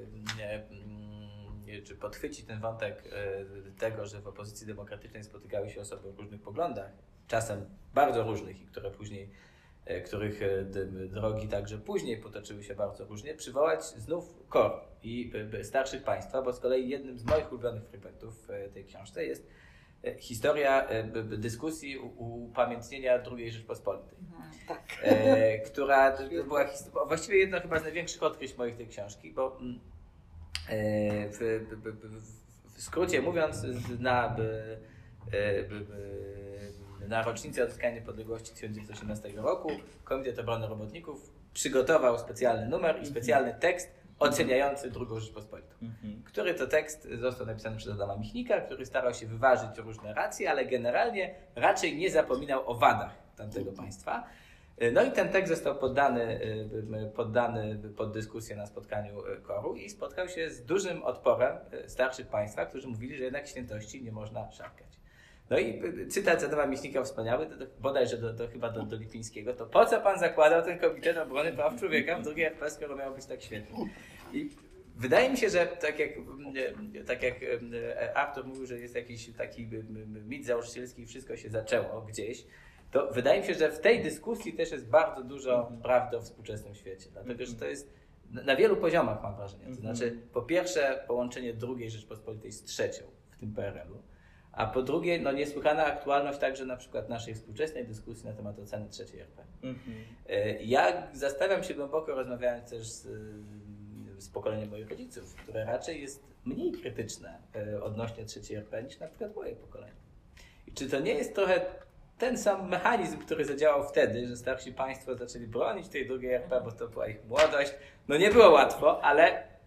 nie, czy podchwycić ten wątek tego, że w opozycji demokratycznej spotykały się osoby o różnych poglądach, czasem bardzo różnych i które później których drogi także później potoczyły się bardzo różnie, przywołać znów KOR i starszych państwa, bo z kolei jednym z moich ulubionych fragmentów w tej książce jest historia dyskusji upamiętnienia drugiej Rzeczpospolitej, mhm, tak. e, która była właściwie jedno chyba z największych odkryć moich tej książki, bo e, w, w, w skrócie mówiąc na e, Na rocznicę odzyskania niepodległości tysiąc dziewięćset osiemnastego roku Komitet Obrony Robotników przygotował specjalny numer i specjalny tekst oceniający drugą Rzeczpospolitą, mm-hmm. który to tekst został napisany przez Adama Michnika, który starał się wyważyć różne racje, ale generalnie raczej nie zapominał o wadach tamtego państwa. No i ten tekst został poddany, poddany pod dyskusję na spotkaniu KOR-u i spotkał się z dużym odporem starszych państwa, którzy mówili, że jednak świętości nie można szarkać. No i cytat z Adama Michnika wspaniały, to, to bodajże do, do, chyba do, do Lipińskiego, to po co pan zakładał ten Komitet Obrony Praw Człowieka w drugiej R P, skoro miało być tak świetnie? I wydaje mi się, że tak jak, tak jak Artur mówił, że jest jakiś taki mit założycielski i wszystko się zaczęło gdzieś, to wydaje mi się, że w tej dyskusji też jest bardzo dużo prawdy o współczesnym świecie, dlatego że to jest na wielu poziomach, mam wrażenie. To znaczy, po pierwsze, połączenie drugiej Rzeczpospolitej z trzecią, w tym P R L-u, a po drugie, no niesłychana aktualność także na przykład naszej współczesnej dyskusji na temat oceny trzeciej R P. Mm-hmm. Ja zastanawiam się głęboko, rozmawiając też z, z pokoleniem moich rodziców, które raczej jest mniej krytyczne odnośnie trzeciej R P niż na przykład moje pokolenie. I czy to nie jest trochę ten sam mechanizm, który zadziałał wtedy, że starsi państwo zaczęli bronić tej drugiej R P, bo to była ich młodość. No nie było łatwo, ale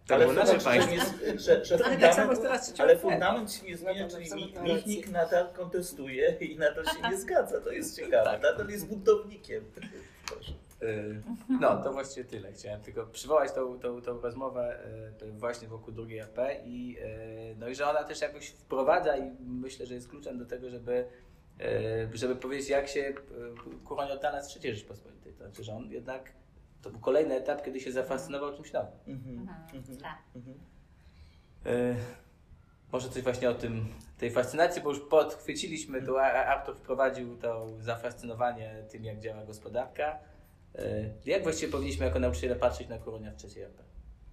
To ale było nasze fundament państwo. jest, że, że Trochę tak samo fundament, teraz trzecią ale R P. fundament się nie zmienia, No to czyli absolutna Michnik racja. Michnik nadal kontestuje i nadal się nie zgadza. To jest ciekawe. Nadal jest buntownikiem. Y, No, to właściwie tyle. Chciałem tylko przywołać tą, tą, tą rozmowę y, właśnie wokół drugiej R P i, y, no i że ona też jakoś wprowadza i myślę, że jest kluczem do tego, żeby, y, żeby powiedzieć, jak się y, Kuroń odnalazł w trzeciej Rzeczpospolitej. To znaczy, że on jednak, to był kolejny etap, kiedy się zafascynował czymś nowym. Mhm. Mhm, tak. Mhm. Y, Może coś właśnie o tym, tej fascynacji, bo już podchwyciliśmy, to A- Artur wprowadził to zafascynowanie tym, jak działa gospodarka. Y, Jak właściwie powinniśmy jako nauczyciele patrzeć na Kuronia w trzeciej R P?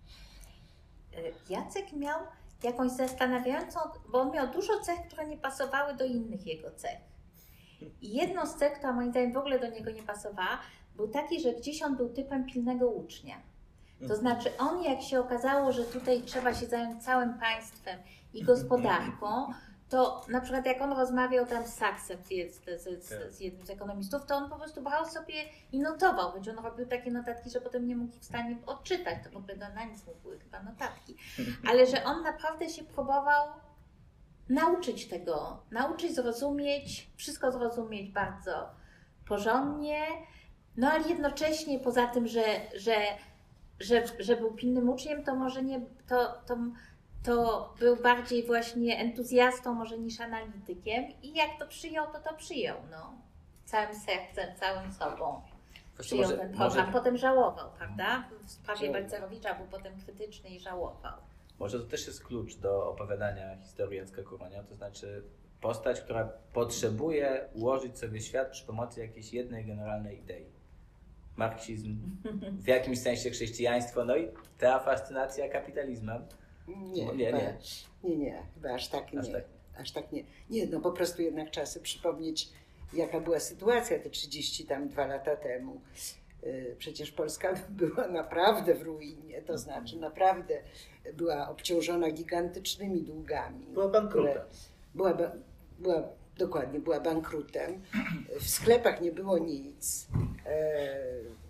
Jacek miał jakąś zastanawiającą, bo on miał dużo cech, które nie pasowały do innych jego cech. I jedną z cech, która moim zdaniem w ogóle do niego nie pasowała, był taki, że gdzieś on był typem pilnego ucznia. To znaczy on, jak się okazało, że tutaj trzeba się zająć całym państwem i gospodarką, to na przykład jak on rozmawiał tam z Saksem, z, z, z, z jednym z ekonomistów, to on po prostu brał sobie i notował, choć on robił takie notatki, że potem nie mógł ich w stanie odczytać, to w ogóle na nic mu były chyba notatki. Ale że on naprawdę się próbował nauczyć tego, nauczyć zrozumieć, wszystko zrozumieć bardzo porządnie, no ale jednocześnie poza tym, że, że, że, że był pilnym uczniem, to może nie, to, to, to był bardziej właśnie entuzjastą może niż analitykiem i jak to przyjął, to to przyjął, no. Całym sercem, całym sobą. Przyjął może- ten program, może- potem żałował, prawda? W sprawie Żałował. Balcerowicza był potem krytyczny i żałował. Może to też jest klucz do opowiadania historii Jacka Kuronia, to znaczy postać, która potrzebuje ułożyć sobie świat przy pomocy jakiejś jednej generalnej idei. Marksizm, w jakimś sensie chrześcijaństwo, no i ta fascynacja kapitalizmem. Nie, Nie, chyba, nie. nie, nie, chyba aż tak nie. Aż tak. Aż tak nie. Nie, no po prostu jednak trzeba sobie przypomnieć, jaka była sytuacja te trzydzieści dwa lata temu. Yy, Przecież Polska była naprawdę w ruinie, to znaczy naprawdę była obciążona gigantycznymi długami. Była bankrutem. które- Była, ba- była, dokładnie, była bankrutem. W sklepach nie było nic. E,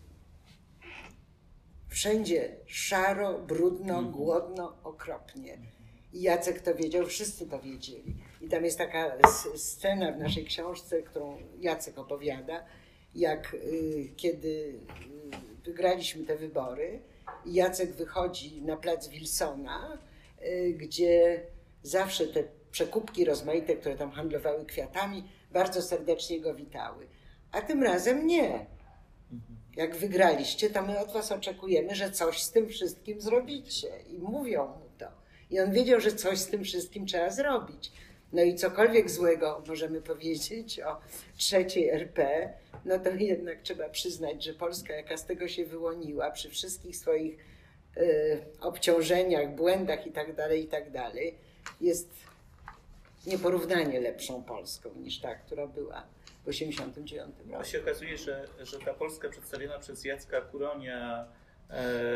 Wszędzie szaro, brudno, głodno, okropnie. I Jacek to wiedział, wszyscy to wiedzieli. I tam jest taka s- scena w naszej książce, którą Jacek opowiada, jak y, kiedy y, wygraliśmy te wybory i Jacek wychodzi na plac Wilsona, y, gdzie zawsze te przekupki rozmaite, które tam handlowały kwiatami, bardzo serdecznie go witały. A tym razem nie. Jak wygraliście, to my od was oczekujemy, że coś z tym wszystkim zrobicie. I mówią mu to. I on wiedział, że coś z tym wszystkim trzeba zrobić. No i cokolwiek złego możemy powiedzieć o trzeciej R P, no to jednak trzeba przyznać, że Polska, jaka z tego się wyłoniła, przy wszystkich swoich y, obciążeniach, błędach i tak dalej, i tak dalej, jest nieporównanie lepszą Polską niż ta, która była w osiemdziesiątym dziewiątym Bo roku. się okazuje, że, że ta Polska przedstawiona przez Jacka Kuronia e,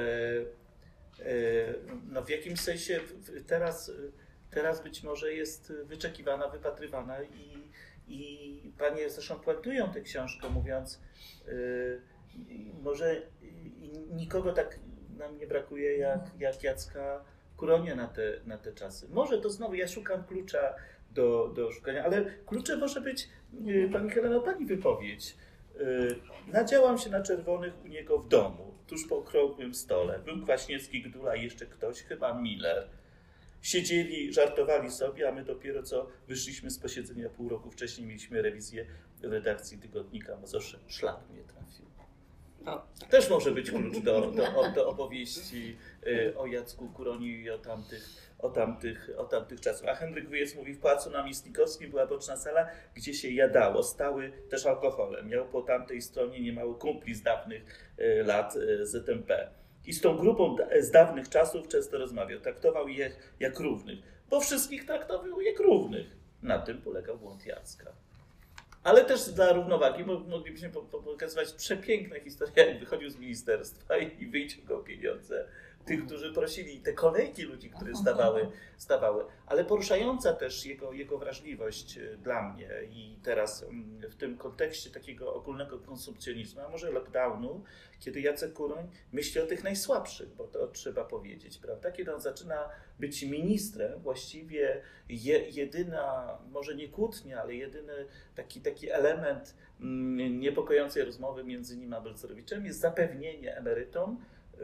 e, no w jakimś sensie w- teraz, teraz być może jest wyczekiwana, wypatrywana i, i panie zresztą puentują tę książkę, mówiąc e, i może i nikogo tak nam nie brakuje jak, jak Jacka Kuronia na te, na te czasy. Może to znowu ja szukam klucza do, do szukania, ale kluczem może być, y, pani Heleno, pani wypowiedź. Y, Nadziałam się na czerwonych u niego w domu, tuż po okrągłym stole. Był Kwaśniewski, Gdula i jeszcze ktoś, chyba Miller. Siedzieli, żartowali sobie, a my dopiero co wyszliśmy z posiedzenia pół roku wcześniej, mieliśmy rewizję redakcji tygodnika Mazowsze. Szlak mnie trafił. No. Też może być klucz do, do, do opowieści y, o Jacku Kuroniu i o tamtych, o, tamtych, o tamtych czasach. A Henryk Wyjec mówi, w Pałacu Namiestnikowskim była boczna sala, gdzie się jadało, stały też alkoholem. Miał po tamtej stronie niemało kumpli z dawnych y, lat y, Z M P. I z tą grupą da- z dawnych czasów często rozmawiał. Traktował ich jak, jak równych, bo wszystkich traktował jak równych. Na tym polegał błąd Jacka. Ale też dla równowagi bo moglibyśmy po- po- pokazywać przepiękne historie, jak wychodził z ministerstwa i wyciągał pieniądze tych, którzy prosili, te kolejki ludzi, które stawały, stawały. Ale poruszająca też jego, jego wrażliwość dla mnie i teraz w tym kontekście takiego ogólnego konsumpcjonizmu, a może lockdownu, kiedy Jacek Kuroń myśli o tych najsłabszych, bo to trzeba powiedzieć, prawda? Kiedy on zaczyna być ministrem, właściwie je, jedyna, może nie kłótnia, ale jedyny taki, taki element mm, niepokojącej rozmowy między nim a Balcerowiczem jest zapewnienie emerytom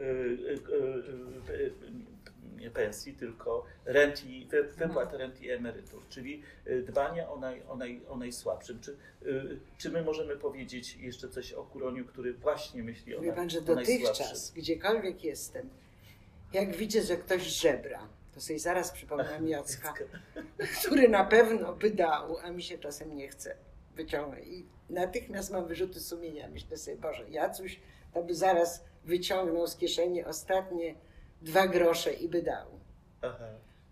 nie pensji, tylko rent i, wypłat rent i emerytur, czyli dbanie o, naj, o, naj, o najsłabszym. Czy, czy my możemy powiedzieć jeszcze coś o Kuroniu, który właśnie myśli o, Wie pan, że o najsłabszym? dotychczas, gdziekolwiek jestem, jak widzę, że ktoś żebra, to sobie zaraz przypominam Jacka, który na pewno by dał, a mi się czasem nie chce wyciągnąć. I natychmiast mam wyrzuty sumienia. Myślę sobie, Boże, Jacuś to by zaraz wyciągnął z kieszeni ostatnie dwa grosze i by dał. Aha.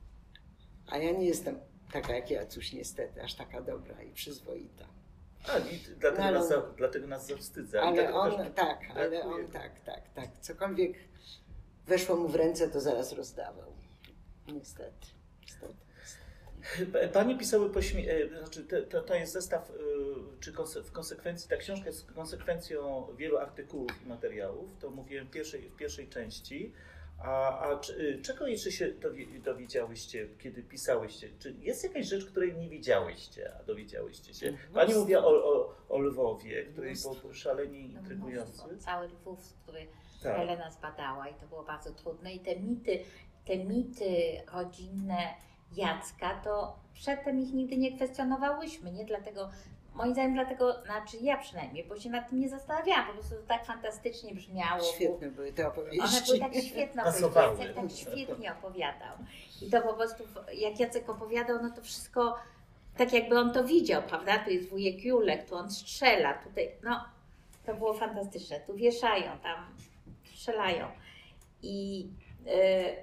A ja nie jestem taka jak Jacuś niestety, aż taka dobra i przyzwoita. A, i dlatego, ale, nas, za, dlatego nas zawstydza. Ale on, tak, ale on tak, tak, tak. Cokolwiek weszło mu w ręce, to zaraz rozdawał. Niestety, niestety. Panie pisały, pośmie... znaczy to, to jest zestaw, czy w konsekwencji, ta książka jest konsekwencją wielu artykułów i materiałów, to mówiłem w pierwszej, w pierwszej części. A, a czego jeszcze się dowiedziałyście, kiedy pisałyście? Czy jest jakaś rzecz, której nie widziałyście, a dowiedziałyście się? Pani mówiła o, o, o Lwowie, który był szalenie intrygujący. No, cały Lwów, który tak. Helena zbadała i to było bardzo trudne. I te mity, te mity rodzinne Jacka, to przedtem ich nigdy nie kwestionowałyśmy, nie? Dlatego, moim zdaniem dlatego, znaczy ja przynajmniej, bo się nad tym nie zastanawiałam, po prostu to tak fantastycznie brzmiało. Świetne były te opowieści. One były tak świetne opowieści, Jacek tak świetnie opowiadał. I to po prostu, jak Jacek opowiadał, no to wszystko tak jakby on to widział, prawda? Tu jest wujek Julek, tu on strzela, tutaj, no to było fantastyczne. Tu wieszają, tam strzelają. I yy,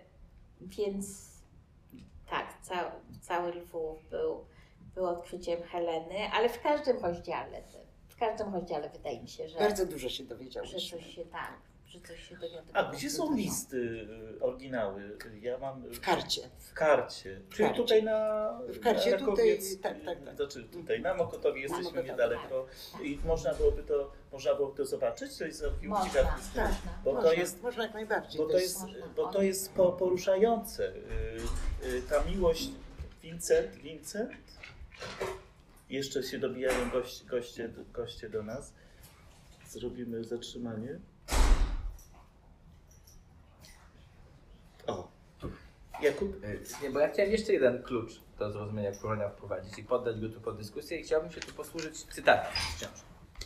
więc tak, cały, cały Lwów był, był odkryciem Heleny, ale w każdym rozdziale, w każdym rozdziale wydaje mi się, że... Bardzo dużo się dowiedziałyśmy. Że coś się, tak, że coś się dowiadywało. A gdzie są listy, oryginały? Ja mam... W karcie. W karcie. W Czyli karcie. tutaj na... W karcie na tutaj, tak, tak, tak. Znaczy tutaj na Mokotowie jesteśmy Mokotowie, niedaleko i można byłoby to, można byłoby to zobaczyć, coś z archiwum Można, ciekawych. tak, Bo można, to jest... można jak najbardziej. Bo to jest, bo to jest po, poruszające. Ta miłość Vincent, Vincent. Jeszcze się dobijają goście, goście, goście do nas. Zrobimy zatrzymanie. O, Jakub? Nie, bo ja chciałem jeszcze jeden klucz do zrozumienia Kuronia wprowadzić i poddać go tu pod dyskusję i chciałbym się tu posłużyć cytatem z książki.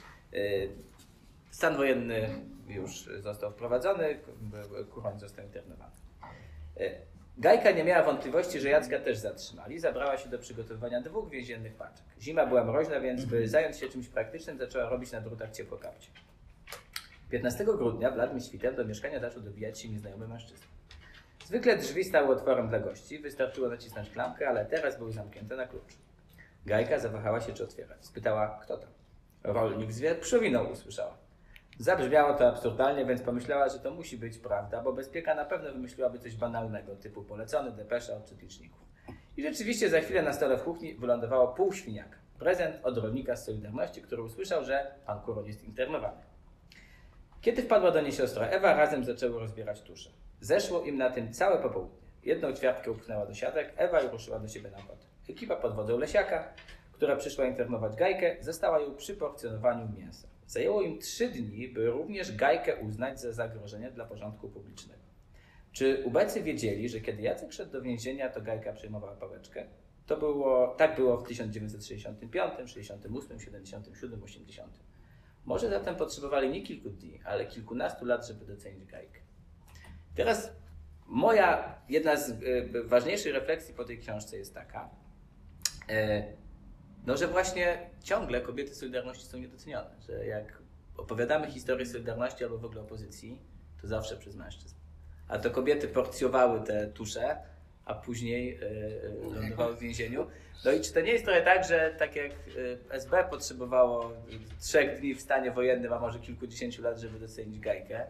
Stan wojenny już został wprowadzony, Kuroń został internowany. Gajka nie miała wątpliwości, że Jacka też zatrzymali. Zabrała się do przygotowywania dwóch więziennych paczek. Zima była mroźna, więc by zająć się czymś praktycznym, zaczęła robić na drutach ciepłokapcie. piętnastego grudnia, bladym świtem, do mieszkania zaczął dobijać się nieznajomy mężczyzna. Zwykle drzwi stały otworem dla gości, wystarczyło nacisnąć klamkę, ale teraz były zamknięte na klucz. Gajka zawahała się, czy otwierać. Spytała, kto tam. Rolnik z wieprzowiną, usłyszała. Zabrzmiało to absurdalnie, więc pomyślała, że to musi być prawda, bo bezpieka na pewno wymyśliłaby coś banalnego, typu polecony, depesza od czytników. I rzeczywiście za chwilę na stole w kuchni wylądowało pół świniaka. Prezent od rolnika z Solidarności, który usłyszał, że pan Kuroń jest internowany. Kiedy wpadła do niej siostra Ewa, razem zaczęły rozbierać tusze. Zeszło im na tym całe popołudnie. Jedną ćwiartkę upchnęła do siatek, Ewa i ruszyła do siebie na ochotę. Ekipa pod wodzą Lesiaka, która przyszła internować Gajkę, została ją przy porcjonowaniu mięsa. Zajęło im trzy dni, by również Gajkę uznać za zagrożenie dla porządku publicznego. Czy ubecy wiedzieli, że kiedy Jacek szedł do więzienia, to Gajka przejmowała pałeczkę? To było, tak było w tysiąc dziewięćset sześćdziesiątym piątym, sześćdziesiątym ósmym, siedemdziesiątym siódmym, osiemdziesiątym. Może zatem potrzebowali nie kilku dni, ale kilkunastu lat, żeby docenić Gajkę. Teraz moja, jedna z y, ważniejszych refleksji po tej książce jest taka, y, no, że właśnie ciągle kobiety Solidarności są niedocenione, że jak opowiadamy historię Solidarności albo w ogóle opozycji, to zawsze przez mężczyzn. A to kobiety porcjowały te tusze, a później y, lądowały w więzieniu. No i czy to nie jest trochę tak, że tak jak S B potrzebowało trzech dni w stanie wojennym, a może kilkudziesięciu lat, żeby docenić Gajkę,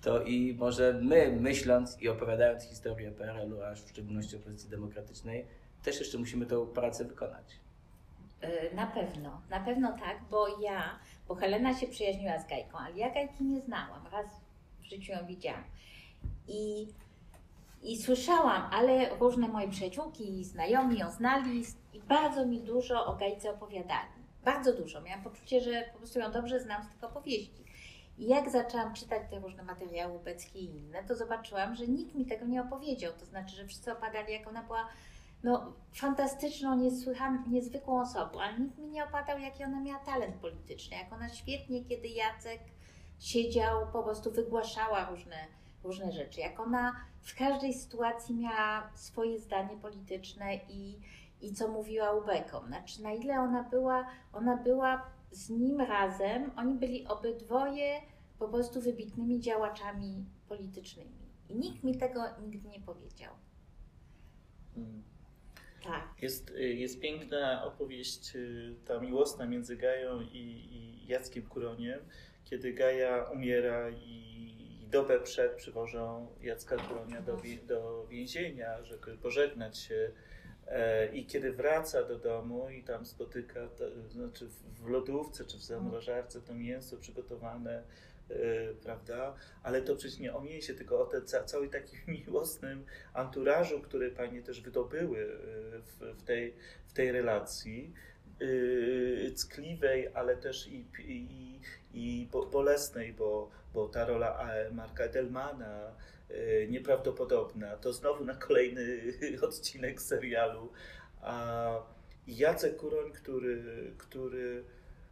to i może my, myśląc i opowiadając historię P R L u, a w szczególności opozycji demokratycznej, też jeszcze musimy tę pracę wykonać. Na pewno, na pewno tak, bo ja, bo Helena się przyjaźniła z Gajką, ale ja Gajki nie znałam, raz w życiu ją widziałam. I, i słyszałam, ale różne moje przyjaciółki i znajomi ją znali i bardzo mi dużo o Gajce opowiadali. Bardzo dużo. Miałam poczucie, że po prostu ją dobrze znam z tych opowieści. I jak zaczęłam czytać te różne materiały Łubeckie i inne, to zobaczyłam, że nikt mi tego nie opowiedział. To znaczy, że wszyscy opadali, jak ona była no, fantastyczną, niesłychaną, niezwykłą osobą, ale nikt mi nie opadał, jaki ona miała talent polityczny, jak ona świetnie, kiedy Jacek siedział, po prostu wygłaszała różne, różne rzeczy, jak ona w każdej sytuacji miała swoje zdanie polityczne i, i co mówiła Łubekom. Znaczy, na ile ona była, ona była z nim razem, oni byli obydwoje po prostu wybitnymi działaczami politycznymi. I nikt mi tego nigdy nie powiedział. Hmm. Tak. Jest, jest piękna opowieść, ta miłosna między Gają i, i Jackiem Kuroniem, kiedy Gaja umiera i dobę przed przywożą Jacka Kuronia do, do więzienia, żeby pożegnać się. I kiedy wraca do domu i tam spotyka, to, znaczy w lodówce czy w zamrażarce to mięso przygotowane, yy, prawda? Ale to przecież nie o mięsie, tylko o te ca cały takim miłosnym anturażu, który panie też wydobyły w, w, tej, w tej relacji, yy, ckliwej, ale też i, i, i bolesnej, bo, bo ta rola Marka Edelmana, nieprawdopodobna. To znowu na kolejny odcinek serialu. A Jacek Kuroń, który, który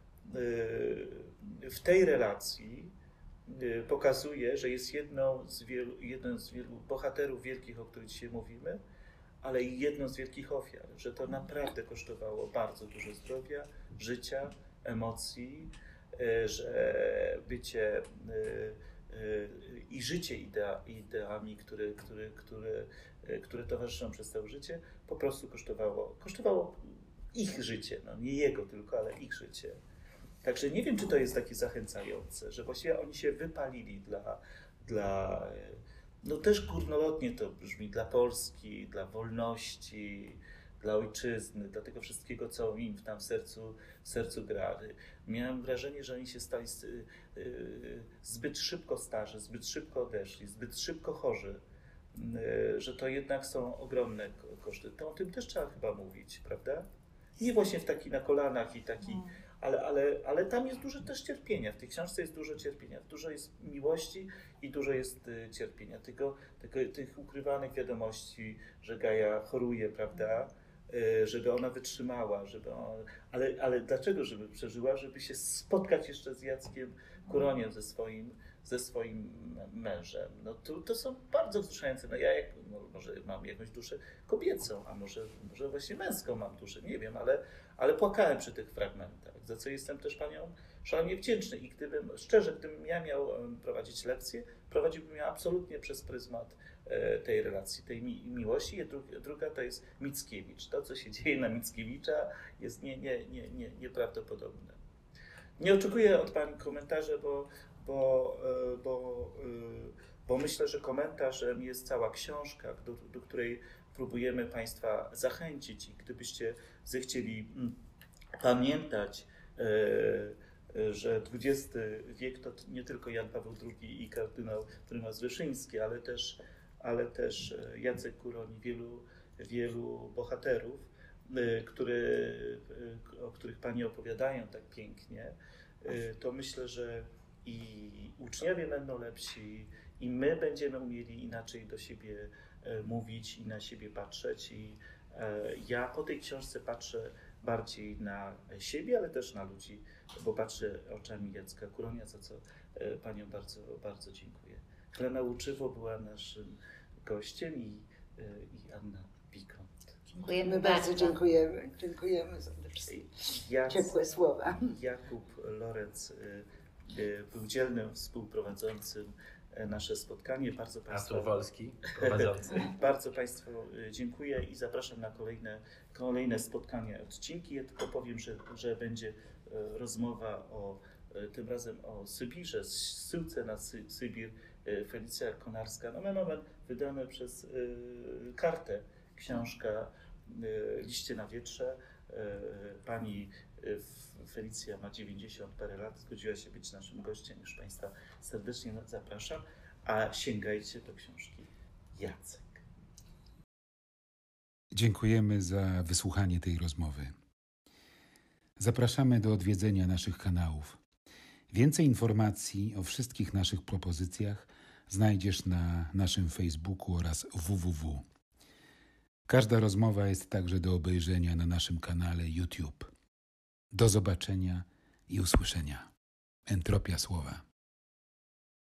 w tej relacji pokazuje, że jest jedną z wielu, jedną z wielu bohaterów wielkich, o których dzisiaj mówimy, ale i jedną z wielkich ofiar, że to naprawdę kosztowało bardzo dużo zdrowia, życia, emocji, że bycie i życie idea, ideami, które, które, które, które towarzyszą przez całe życie, po prostu kosztowało, kosztowało ich życie, no nie jego tylko, ale ich życie. Także nie wiem, czy to jest takie zachęcające, że właściwie oni się wypalili dla, dla no też górnolotnie to brzmi, dla Polski, dla wolności, dla ojczyzny, dla tego wszystkiego, co im tam w sercu, w sercu gra. Miałem wrażenie, że oni się stali zbyt szybko starzy, zbyt szybko odeszli, zbyt szybko chorzy, że to jednak są ogromne koszty. To o tym też trzeba chyba mówić, prawda? Nie właśnie w taki na kolanach i taki, ale, ale, ale tam jest dużo też cierpienia. W tej książce jest dużo cierpienia, dużo jest miłości i dużo jest cierpienia. Tego, tego, tych ukrywanych wiadomości, że Gaja choruje, prawda? Żeby ona wytrzymała, żeby on, ale, ale dlaczego, żeby przeżyła? Żeby się spotkać jeszcze z Jackiem Kuroniem, ze swoim, ze swoim mężem. No to, to są bardzo wzruszające. No ja jak, no może mam jakąś duszę kobiecą, a może, może właśnie męską mam duszę, nie wiem, ale, ale płakałem przy tych fragmentach, za co jestem też panią szalenie wdzięczny. I gdybym, szczerze, gdybym ja miał prowadzić lekcję, prowadziłbym ją absolutnie przez pryzmat tej relacji, tej mi miłości. I druga, druga to jest Mickiewicz. To, co się dzieje na Mickiewicza, jest nie, nie, nie, nie, nieprawdopodobne. Nie oczekuję od pani komentarza, bo, bo, bo, bo myślę, że komentarzem jest cała książka, do, do której próbujemy państwa zachęcić. I gdybyście zechcieli pamiętać, że dwudziesty wiek to nie tylko Jan Paweł drugi i kardynał prymas Wyszyński, ale też, ale też Jacek Kuroń i wielu, wielu bohaterów, które, o których pani opowiadają tak pięknie, to myślę, że i uczniowie będą lepsi, i my będziemy umieli inaczej do siebie mówić i na siebie patrzeć. I ja po tej książce patrzę bardziej na siebie, ale też na ludzi, bo patrzę oczami Jacka Kuronia, za co panią bardzo, bardzo dziękuję. Helena Łuczywo była naszym gościem i, i Anna Bikont. Dziękujemy bardzo. bardzo. Dziękujemy. Dziękujemy za te wszystkie ciepłe słowa. Jakub Lorenz był dzielnym współprowadzącym nasze spotkanie. Bardzo Państwu, Artur Wolski prowadzący. Bardzo Państwu dziękuję i zapraszam na kolejne, kolejne spotkania, odcinki. Ja tylko powiem, że, że będzie rozmowa o, tym razem o Sybirze, zsyłce na Sy Sybir Felicja Konarska, nomen omen, wydane przez Kartę, książka Liście na wietrze. Pani Felicja ma dziewięćdziesiąt parę lat, zgodziła się być naszym gościem, już Państwa serdecznie zapraszam, a sięgajcie do książki Jacek. Dziękujemy za wysłuchanie tej rozmowy. Zapraszamy do odwiedzenia naszych kanałów. Więcej informacji o wszystkich naszych propozycjach znajdziesz na naszym Facebooku oraz w w w. Każda rozmowa jest także do obejrzenia na naszym kanale YouTube. Do zobaczenia i usłyszenia. Entropia słowa.